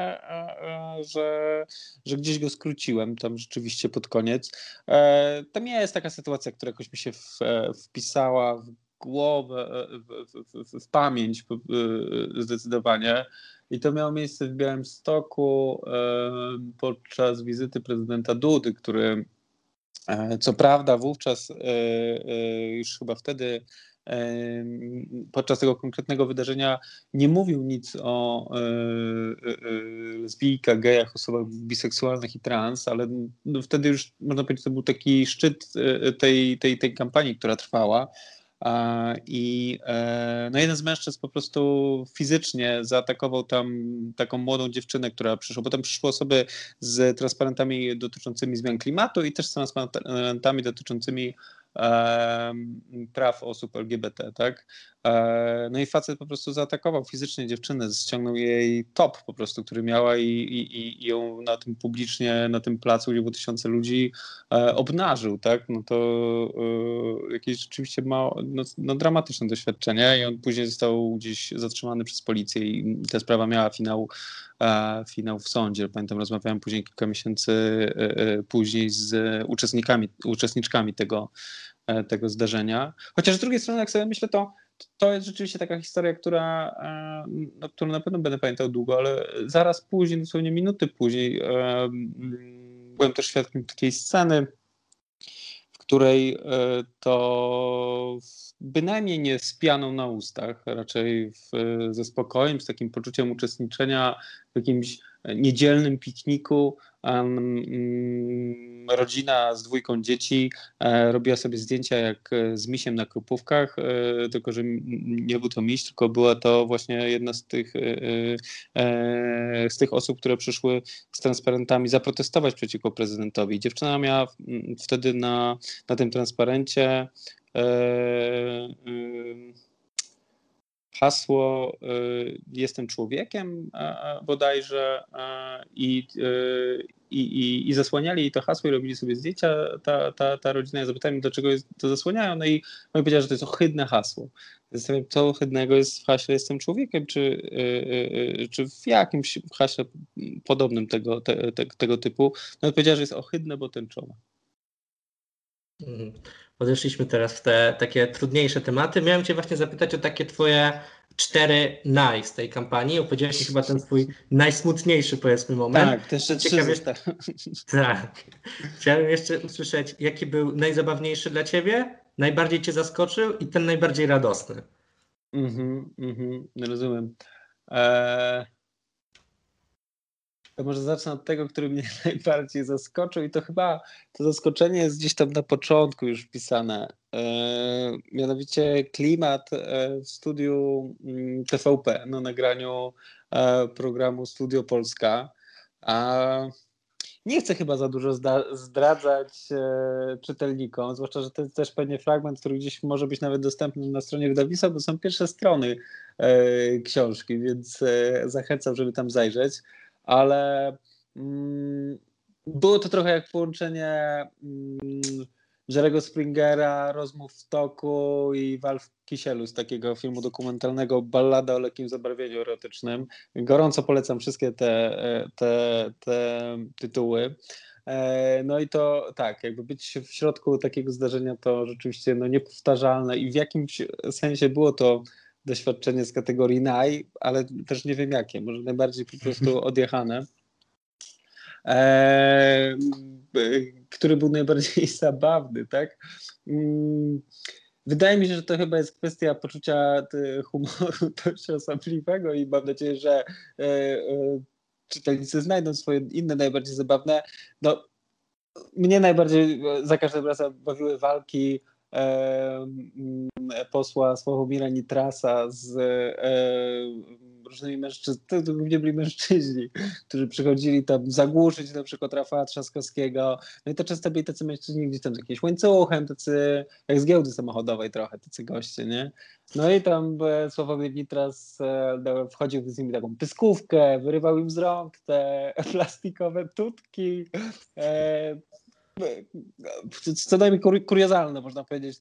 że gdzieś go skróciłem tam rzeczywiście pod koniec. Tam jest taka sytuacja, która jakoś mi się wpisała w głowę, w pamięć zdecydowanie. I to miało miejsce w Białymstoku podczas wizyty prezydenta Dudy, który co prawda wówczas już chyba wtedy podczas tego konkretnego wydarzenia nie mówił nic o lesbijkach, gejach, osobach biseksualnych i trans, ale no wtedy już można powiedzieć, to był taki szczyt tej kampanii, która trwała. I no jeden z mężczyzn po prostu fizycznie zaatakował tam taką młodą dziewczynę, która przyszła, bo tam przyszły osoby z transparentami dotyczącymi zmian klimatu i też z transparentami dotyczącymi praw osób LGBT, tak? No i facet po prostu zaatakował fizycznie dziewczynę, ściągnął jej top po prostu, który miała i ją na tym publicznie, na tym placu, gdzie było tysiące ludzi, obnażył, tak? No to jakieś rzeczywiście no dramatyczne doświadczenie i on później został gdzieś zatrzymany przez policję i ta sprawa miała finał w sądzie. Pamiętam, rozmawiałem później kilka miesięcy później z uczestniczkami tego zdarzenia. Chociaż z drugiej strony, jak sobie myślę, to jest rzeczywiście taka historia, którą na pewno będę pamiętał długo, ale zaraz później, dosłownie minuty później, byłem też świadkiem takiej sceny, w której to bynajmniej nie z pianą na ustach, raczej ze spokojem, z takim poczuciem uczestniczenia w jakimś niedzielnym pikniku. Rodzina z 2 dzieci robiła sobie zdjęcia jak z misiem na Krupówkach, tylko że nie był to miś, tylko była to właśnie jedna z tych osób, które przyszły z transparentami zaprotestować przeciwko prezydentowi. Dziewczyna miała wtedy na tym transparencie hasło jestem człowiekiem bodajże i zasłaniali jej to hasło i robili sobie zdjęcia ta rodzina. Ja zapytałem, dlaczego to zasłaniają, no i powiedziała, że to jest ohydne hasło. Zastanawiam się, co ohydnego jest w haśle jestem człowiekiem, czy w jakimś haśle podobnym tego typu. No powiedziała, że jest ohydne, bo tęczowe. Podeszliśmy teraz w te takie trudniejsze tematy. Miałem Cię właśnie zapytać o takie Twoje 4 z tej kampanii. Opowiedziałeś mi chyba ten swój najsmutniejszy, powiedzmy, moment. Tak, to jeszcze 3 zostały. Tak. Chciałem jeszcze usłyszeć, jaki był najzabawniejszy dla Ciebie, najbardziej Cię zaskoczył i ten najbardziej radosny. Rozumiem. To może zacznę od tego, który mnie najbardziej zaskoczył i to chyba to zaskoczenie jest gdzieś tam na początku już wpisane. Mianowicie klimat w studiu TVP, na nagraniu programu Studio Polska. Nie chcę chyba za dużo zdradzać czytelnikom, zwłaszcza, że to jest też pewnie fragment, który gdzieś może być nawet dostępny na stronie wydawnictwa, bo są pierwsze strony książki, więc zachęcam, żeby tam zajrzeć. Ale było to trochę jak połączenie Jerry'ego Springera, Rozmów w toku i Wal w kisielu z takiego filmu dokumentalnego Ballada o lekkim zabarwieniu erotycznym. Gorąco polecam wszystkie te tytuły. No i to tak, jakby być w środku takiego zdarzenia to rzeczywiście niepowtarzalne i w jakimś sensie było to doświadczenie z kategorii naj, ale też nie wiem jakie, może najbardziej po prostu odjechane, który był najbardziej zabawny, tak? Wydaje mi się, że to chyba jest kwestia poczucia humoru dość osobliwego i mam nadzieję, że czytelnicy znajdą swoje inne najbardziej zabawne. No, mnie najbardziej za każdym razem bawiły walki posła Sławomira Nitrasa z różnymi mężczyznami, to głównie byli mężczyźni, którzy przychodzili tam zagłuszyć na przykład Rafała Trzaskowskiego. No i to często byli tacy mężczyźni gdzieś tam z jakimś łańcuchem, tacy jak z giełdy samochodowej trochę, tacy goście, nie? No i tam Sławomir Nitras wchodził z nimi taką pyskówkę, wyrywał im z rąk te plastikowe tutki. Co najmniej kuriozalne, można powiedzieć,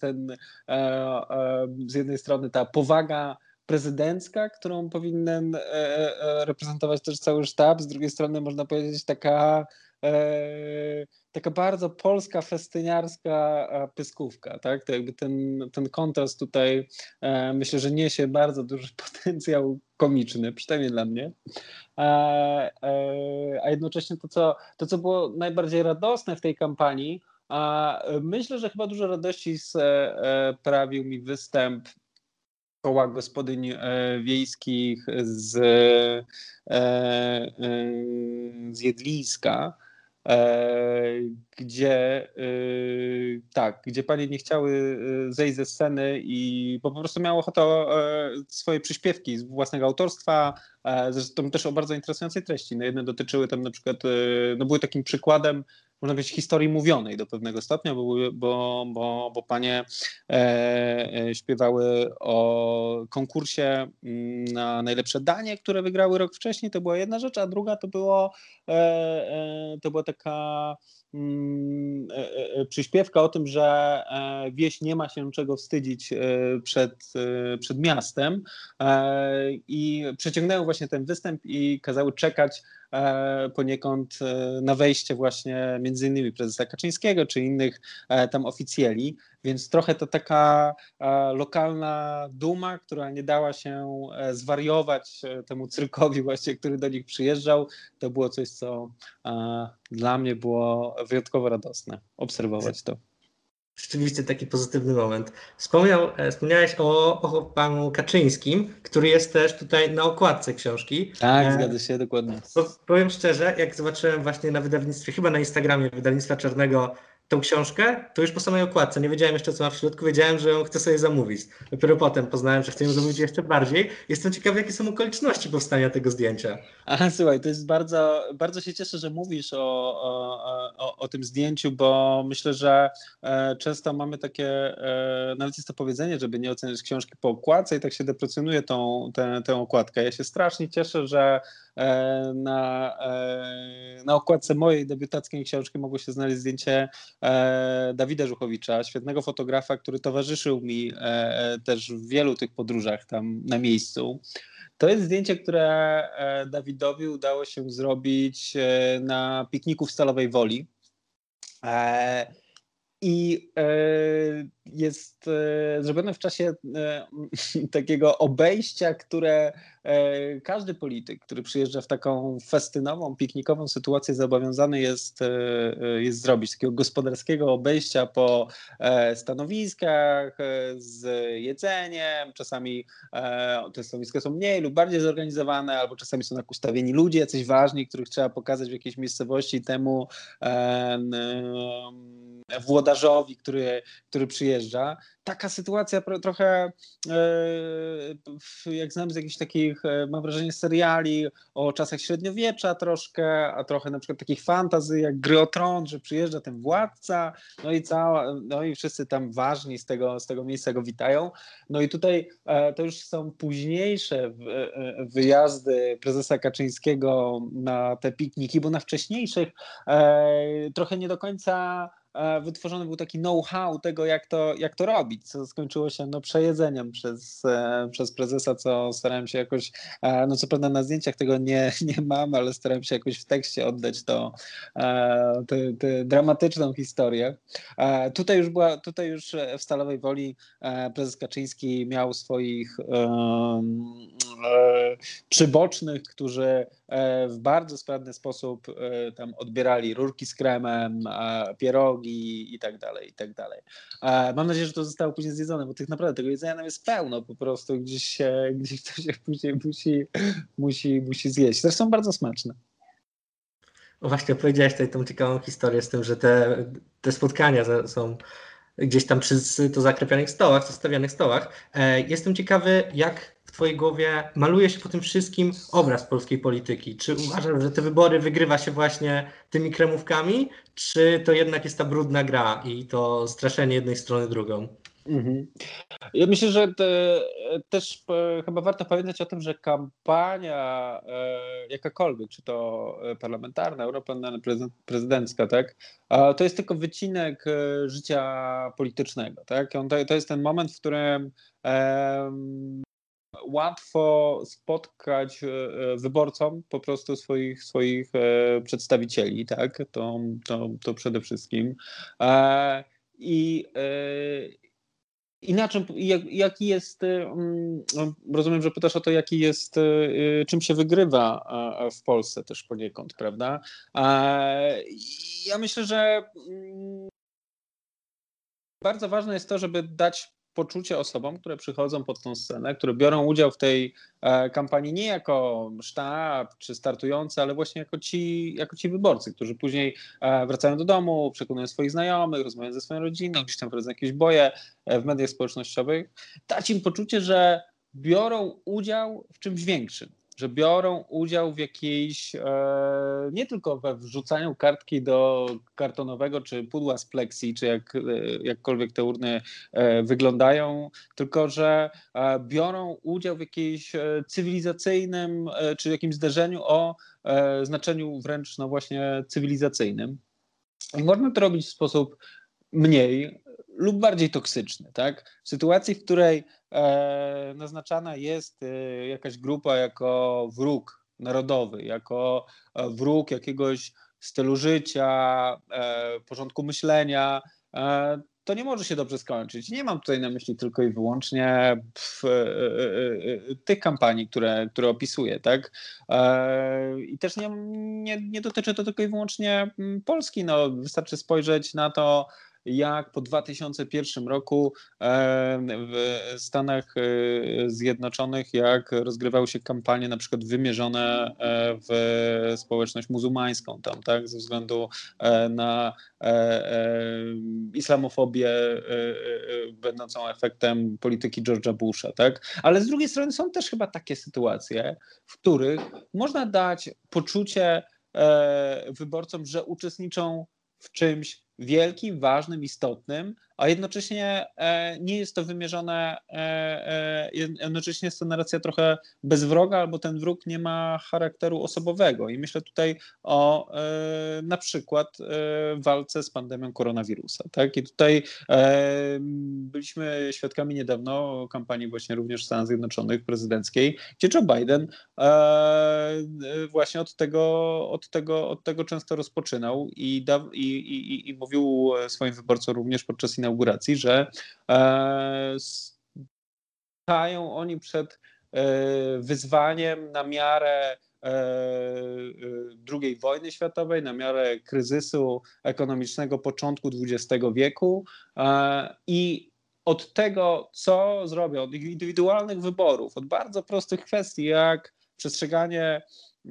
z jednej strony ta powaga prezydencka, którą powinien reprezentować też cały sztab, z drugiej strony można powiedzieć taka bardzo polska, festyniarska pyskówka, tak? To jakby ten kontrast tutaj myślę, że niesie bardzo duży potencjał komiczny, przynajmniej dla mnie. A jednocześnie to, co było najbardziej radosne w tej kampanii, myślę, że chyba dużo radości sprawił mi występ koła gospodyń wiejskich z Jedlińska, gdzie panie nie chciały zejść ze sceny bo po prostu miały ochotę swoje przyśpiewki z własnego autorstwa, zresztą też o bardzo interesującej treści. No jedne dotyczyły tam na przykład, były takim przykładem, można powiedzieć, historii mówionej do pewnego stopnia, bo panie śpiewały o konkursie na najlepsze danie, które wygrały rok wcześniej. To była jedna rzecz, a druga to była taka przyśpiewka o tym, że wieś nie ma się czego wstydzić przed miastem, i przeciągnęły właśnie ten występ i kazały czekać poniekąd na wejście właśnie między innymi prezesa Kaczyńskiego czy innych tam oficjeli, więc trochę to taka lokalna duma, która nie dała się zwariować temu cyrkowi właśnie, który do nich przyjeżdżał. To było coś, co dla mnie było wyjątkowo radosne obserwować to. Rzeczywiście taki pozytywny moment. Wspomniałeś o panu Kaczyńskim, który jest też tutaj na okładce książki. Tak, zgadza się, dokładnie. Powiem szczerze, jak zobaczyłem właśnie na wydawnictwie, chyba na Instagramie wydawnictwa Czarnego tą książkę, to już po samej okładce nie wiedziałem jeszcze, co ma w środku, wiedziałem, że ją chcę sobie zamówić. Dopiero potem poznałem, że chcę ją zamówić jeszcze bardziej. Jestem ciekawy, jakie są okoliczności powstania tego zdjęcia. Słuchaj, to jest bardzo się cieszę, że mówisz o tym zdjęciu, bo myślę, że często mamy takie, nawet jest to powiedzenie, żeby nie oceniać książki po okładce, i tak się deprecjonuje tę okładkę. Ja się strasznie cieszę, że na okładce mojej debiutackiej książki mogło się znaleźć zdjęcie Dawida Żuchowicza, świetnego fotografa, który towarzyszył mi też w wielu tych podróżach tam na miejscu. To jest zdjęcie, które Dawidowi udało się zrobić na pikniku w Stalowej Woli. I jest zrobione w czasie takiego obejścia, które każdy polityk, który przyjeżdża w taką festynową, piknikową sytuację, zobowiązany jest zrobić. Takiego gospodarskiego obejścia po stanowiskach z jedzeniem. Czasami te stanowiska są mniej lub bardziej zorganizowane, albo czasami są tak ustawieni ludzie jacyś ważni, których trzeba pokazać w jakiejś miejscowości temu włodarzowi, który przyjeżdża. Taka sytuacja trochę, jak znam z jakichś takich, mam wrażenie, seriali o czasach średniowiecza troszkę, a trochę na przykład takich fantazji jak Gry o Tron, że przyjeżdża ten władca, no i wszyscy tam ważni z tego miejsca go witają. No i tutaj to już są późniejsze wyjazdy prezesa Kaczyńskiego na te pikniki, bo na wcześniejszych trochę nie do końca wytworzony był taki know-how tego, jak to robić, co skończyło się przejedzeniem przez prezesa, co starałem się jakoś, co prawda na zdjęciach tego nie mam, ale starałem się jakoś w tekście oddać tę dramatyczną historię. Tutaj już w Stalowej Woli prezes Kaczyński miał swoich przybocznych, którzy w bardzo sprawny sposób tam odbierali rurki z kremem, pierogi i tak dalej, i tak dalej. Mam nadzieję, że to zostało później zjedzone, bo naprawdę tego jedzenia nam jest pełno, po prostu gdzieś to się później musi zjeść. Zresztą bardzo smaczne. O właśnie, opowiedziałeś tutaj tą ciekawą historię z tym, że te spotkania są gdzieś tam przy to zaklepianych stołach, zostawianych stołach. Jestem ciekawy, jak w twojej głowie maluje się po tym wszystkim obraz polskiej polityki? Czy uważasz, że te wybory wygrywa się właśnie tymi kremówkami, czy to jednak jest ta brudna gra i to straszenie jednej strony drugą? Mhm. Ja myślę, że też chyba warto pamiętać o tym, że kampania jakakolwiek, czy to parlamentarna, europarlamentarna, prezydencka, tak, to jest tylko wycinek życia politycznego. Tak? To jest ten moment, w którym łatwo spotkać wyborcom po prostu swoich przedstawicieli, tak? To przede wszystkim. I na czym, jaki jest, rozumiem, że pytasz o to, jaki jest, czym się wygrywa w Polsce też poniekąd, prawda? Ja myślę, że bardzo ważne jest to, żeby dać poczucie osobom, które przychodzą pod tą scenę, które biorą udział w tej kampanii nie jako sztab czy startujący, ale właśnie jako ci wyborcy, którzy później wracają do domu, przekonują swoich znajomych, rozmawiają ze swoją rodziną, gdzieś tam prowadzą jakieś boje w mediach społecznościowych, dać im poczucie, że biorą udział w czymś większym, że biorą udział w jakiejś, nie tylko we wrzucaniu kartki do kartonowego czy pudła z pleksji, czy jakkolwiek te urny wyglądają, tylko że biorą udział w jakimś cywilizacyjnym czy jakimś zderzeniu o znaczeniu wręcz no właśnie cywilizacyjnym. I można to robić w sposób mniej lub bardziej toksyczny, tak? W sytuacji, w której naznaczana jest jakaś grupa jako wróg narodowy, jako wróg jakiegoś stylu życia, porządku myślenia, to nie może się dobrze skończyć. Nie mam tutaj na myśli tylko i wyłącznie tych kampanii, które opisuję, tak? I też nie dotyczy to tylko i wyłącznie Polski. No, wystarczy spojrzeć na to, jak po 2001 roku w Stanach Zjednoczonych, jak rozgrywały się kampanie na przykład wymierzone w społeczność muzułmańską tam, tak, ze względu na islamofobię będącą efektem polityki George'a Busha, tak? Ale z drugiej strony są też chyba takie sytuacje, w których można dać poczucie wyborcom, że uczestniczą w czymś wielkim, ważnym, istotnym, a jednocześnie nie jest to wymierzone, jednocześnie jest to narracja trochę bez wroga, albo ten wróg nie ma charakteru osobowego. I myślę tutaj o na przykład walce z pandemią koronawirusa. Tak? I tutaj byliśmy świadkami niedawno kampanii właśnie również w Stanach Zjednoczonych prezydenckiej, gdzie Joe Biden właśnie od tego często rozpoczynał i mówił swoim wyborcom również podczas inauguracji, że stają oni przed wyzwaniem na miarę II wojny światowej, na miarę kryzysu ekonomicznego początku XX wieku i od tego, co zrobią, od indywidualnych wyborów, od bardzo prostych kwestii, jak przestrzeganie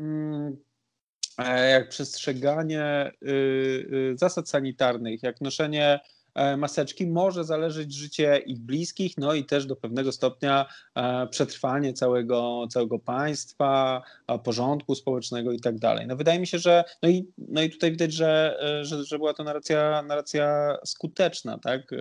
zasad sanitarnych, jak noszenie maseczki, może zależeć życie ich bliskich, no i też do pewnego stopnia przetrwanie całego państwa, porządku społecznego i tak dalej. No wydaje mi się, że no i tutaj widać, że była to narracja skuteczna, tak,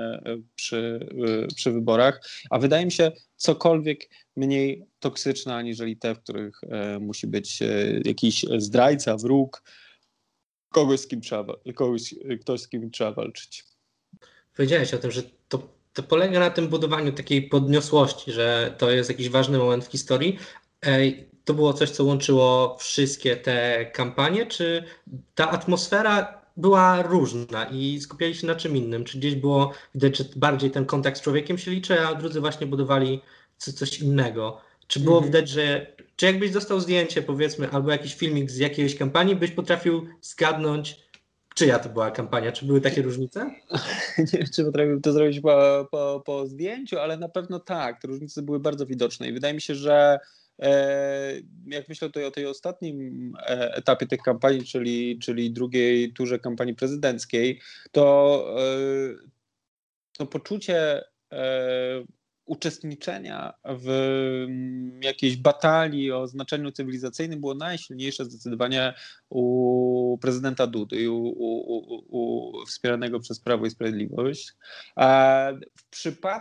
przy wyborach, a wydaje mi się cokolwiek mniej toksyczna aniżeli te, w których musi być jakiś zdrajca, wróg, ktoś, z kim trzeba walczyć. Powiedziałeś o tym, że to polega na tym budowaniu takiej podniosłości, że to jest jakiś ważny moment w historii. To było coś, co łączyło wszystkie te kampanie, czy ta atmosfera była różna i skupiali się na czym innym? Czy gdzieś było widać, że bardziej ten kontakt z człowiekiem się liczy, a drudzy właśnie budowali coś innego? Czy było widać, czy jakbyś dostał zdjęcie, powiedzmy, albo jakiś filmik z jakiejś kampanii, byś potrafił zgadnąć, czyja to była kampania? Czy były takie różnice? Nie wiem, czy potrafiłbym to zrobić po zdjęciu, ale na pewno tak. Te różnice były bardzo widoczne i wydaje mi się, że jak myślę tutaj o tej ostatnim etapie tych kampanii, czyli drugiej turze kampanii prezydenckiej, to poczucie uczestniczenia w jakiejś batalii o znaczeniu cywilizacyjnym było najsilniejsze zdecydowanie u prezydenta Dudy i u wspieranego przez Prawo i Sprawiedliwość. W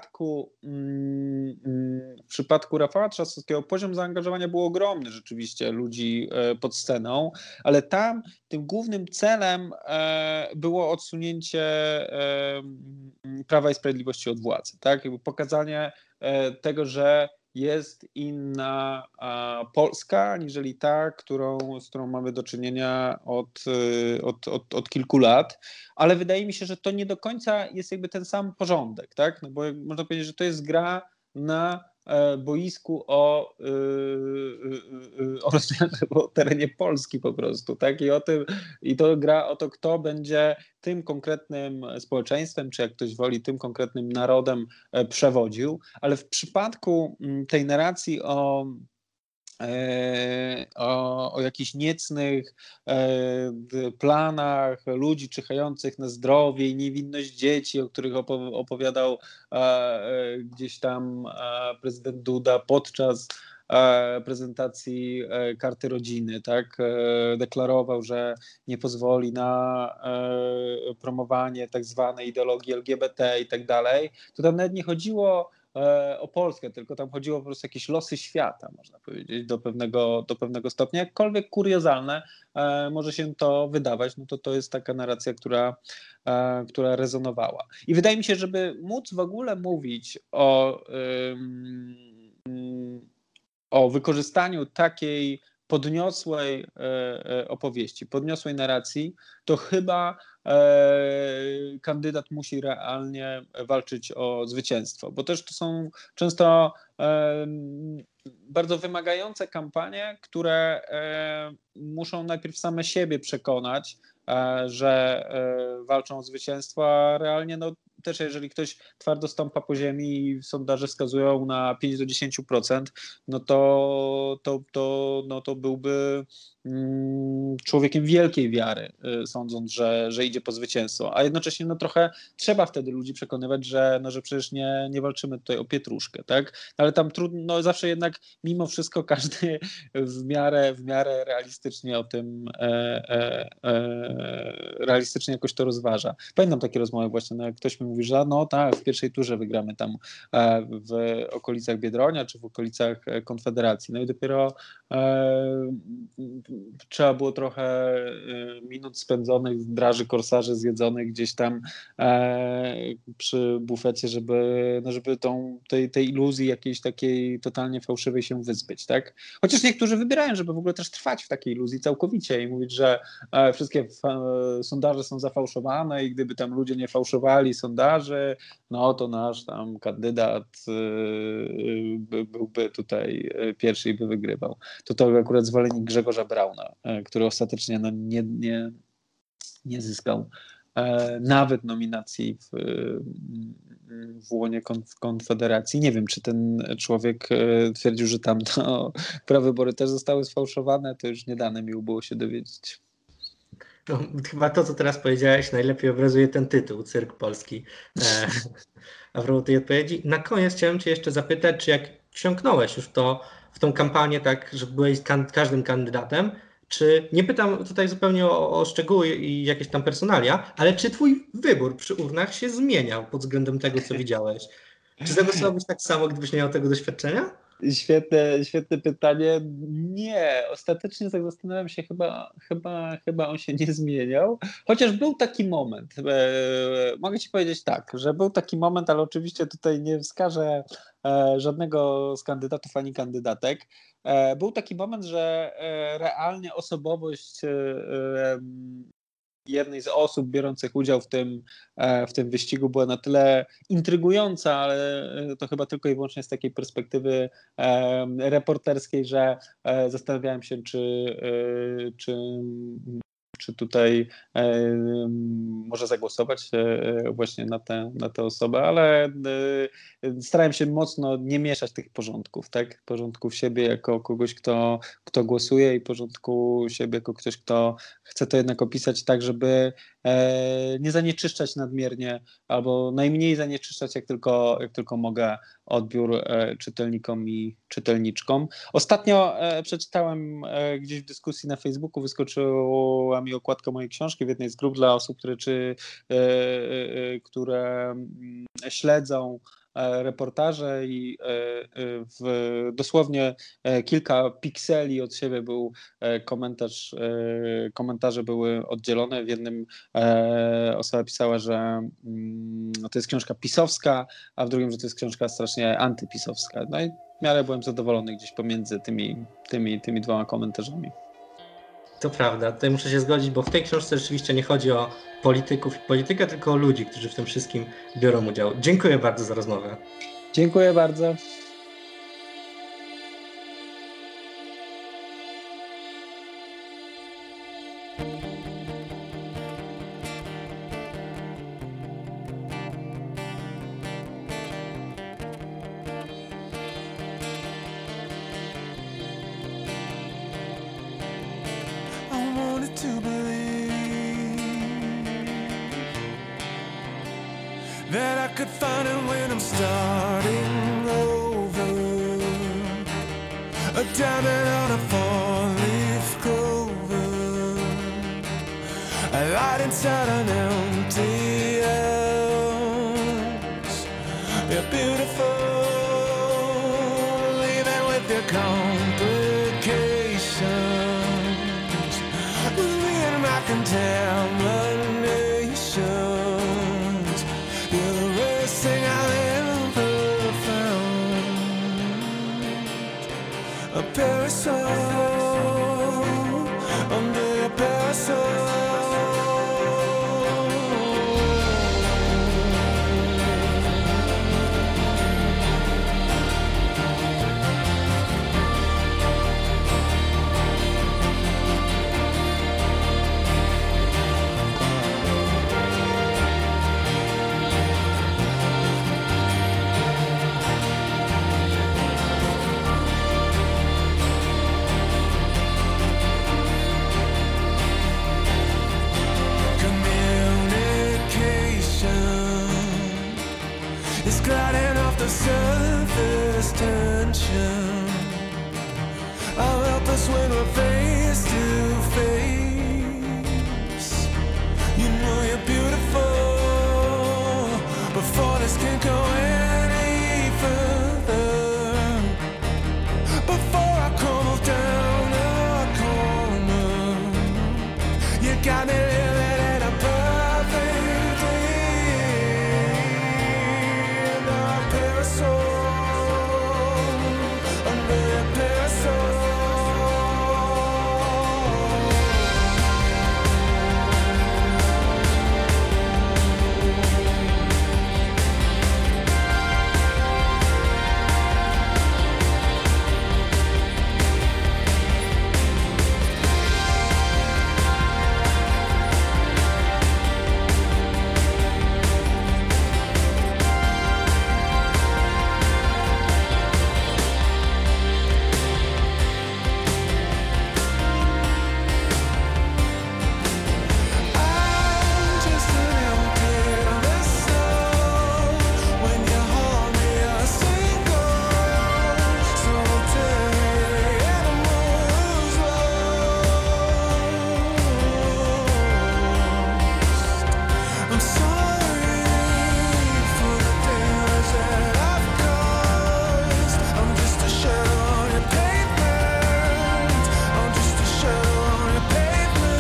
przypadku Rafała Trzaskowskiego poziom zaangażowania był ogromny rzeczywiście ludzi pod sceną, ale tam tym głównym celem było odsunięcie Prawa i Sprawiedliwości od władzy, tak? Jakby pokazanie tego, że jest inna Polska, aniżeli ta, z którą mamy do czynienia od kilku lat, ale wydaje mi się, że to nie do końca jest jakby ten sam porządek, tak? No bo można powiedzieć, że to jest gra na boisku o rozmiarze, o terenie Polski po prostu, tak? I to gra o to, kto będzie tym konkretnym społeczeństwem, czy jak ktoś woli, tym konkretnym narodem przewodził, ale w przypadku tej narracji o jakichś niecnych planach ludzi czyhających na zdrowie i niewinność dzieci, o których opowiadał gdzieś tam prezydent Duda podczas prezentacji karty rodziny, tak? Deklarował, że nie pozwoli na promowanie tak zwanej ideologii LGBT i tak dalej. To tam nawet nie chodziło o Polskę, tylko tam chodziło po prostu o jakieś losy świata, można powiedzieć, do pewnego stopnia. Jakkolwiek kuriozalne może się to wydawać, no to jest taka narracja, która rezonowała. I wydaje mi się, żeby móc w ogóle mówić o wykorzystaniu takiej podniosłej opowieści, podniosłej narracji, to chyba kandydat musi realnie walczyć o zwycięstwo, bo też to są często bardzo wymagające kampanie, które muszą najpierw same siebie przekonać, że walczą o zwycięstwo, a realnie no, też jeżeli ktoś twardo stąpa po ziemi i sondaże wskazują na 5 do 10%, no to byłby człowiekiem wielkiej wiary, sądząc, że idzie po zwycięstwo. A jednocześnie no, trochę trzeba wtedy ludzi przekonywać, że przecież nie walczymy tutaj o pietruszkę, tak? Ale tam trudno, no zawsze jednak mimo wszystko każdy w miarę realistycznie o tym realistycznie jakoś to rozważa. Pamiętam takie rozmowy właśnie, no jak ktoś mi mówi, że no tak, w pierwszej turze wygramy tam w okolicach Biedronia czy w okolicach Konfederacji. No i dopiero trzeba było trochę minut spędzonych w draży korsarzy zjedzonych gdzieś tam przy bufecie, żeby tej iluzji jakiejś takiej totalnie fałszywej się wyzbyć, tak? Chociaż niektórzy wybierają, żeby w ogóle też trwać w takiej iluzji całkowicie i mówić, że wszystkie sondaże są zafałszowane i gdyby tam ludzie nie fałszowali sondaży, no to nasz tam kandydat byłby tutaj pierwszy i by wygrywał. To akurat zwolennik Grzegorza Brauna, który ostatecznie no, nie zyskał nawet nominacji w łonie Konfederacji. Nie wiem, czy ten człowiek twierdził, że tam prawybory też zostały sfałszowane, to już nie dane mi było się dowiedzieć. No, chyba to, co teraz powiedziałeś, najlepiej obrazuje ten tytuł, Cyrk Polski. A propos tej odpowiedzi. Na koniec chciałem Cię jeszcze zapytać, czy jak wsiąknąłeś już w tą kampanię, tak, że byłeś każdym kandydatem, czy, nie pytam tutaj zupełnie o szczegóły i jakieś tam personalia, ale czy Twój wybór przy urnach się zmieniał pod względem tego, co widziałeś? Czy zagłosowałbyś tak samo, gdybyś nie miał tego doświadczenia? Świetne pytanie. Nie, ostatecznie tak zastanawiam się, chyba on się nie zmieniał. Chociaż był taki moment, mogę Ci powiedzieć tak, że był taki moment, ale oczywiście tutaj nie wskażę żadnego z kandydatów ani kandydatek. Był taki moment, że realnie osobowość jednej z osób biorących udział w tym wyścigu była na tyle intrygująca, ale to chyba tylko i wyłącznie z takiej perspektywy reporterskiej, że zastanawiałem się, czy tutaj może zagłosować właśnie na tę osobę, ale starałem się mocno nie mieszać tych porządków, tak? Porządków siebie jako kogoś, kto głosuje i porządku siebie jako ktoś, kto chce to jednak opisać tak, żeby nie zanieczyszczać nadmiernie albo najmniej zanieczyszczać jak tylko mogę odbiór czytelnikom i czytelniczkom. Ostatnio przeczytałem gdzieś w dyskusji na Facebooku, wyskoczyła mi okładka mojej książki w jednej z grup dla osób, które śledzą reportaże i dosłownie kilka pikseli od siebie był komentarz, komentarze były oddzielone. W jednym osoba pisała, że to jest książka pisowska, a w drugim, że to jest książka strasznie antypisowska. No i w miarę byłem zadowolony gdzieś pomiędzy tymi dwoma komentarzami. To prawda, tutaj muszę się zgodzić, bo w tej książce rzeczywiście nie chodzi o polityków i politykę, tylko o ludzi, którzy w tym wszystkim biorą udział. Dziękuję bardzo za rozmowę. Dziękuję bardzo. I wanted to believe that I could find it when I'm starting over. A diamond on a four-leaf clover, a light inside an empty house. You're beautiful, even with your complications. Me and my contaminations. You're the rarest thing I've ever found. A parasol under your parasol. It's gliding off the surface tension. I'll help us when we're face to face. You know you're beautiful before this can go any further. Before I crumble down a corner, you got me living in a perfect dream. A parasol under your parasol. I'm just an empty vessel. When you hold me, I single. So take animals lost. I'm sorry for the damage that I've caused. I'm just a shadow on your pavement. I'm just a shadow on your pavement.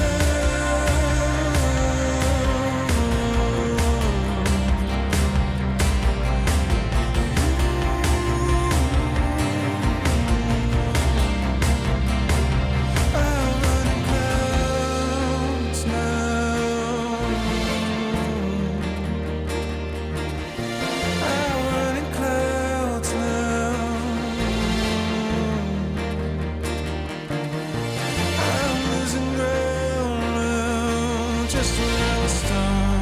I'm running clouds now. I'm running clouds now. I'm losing ground now, just where I was starting.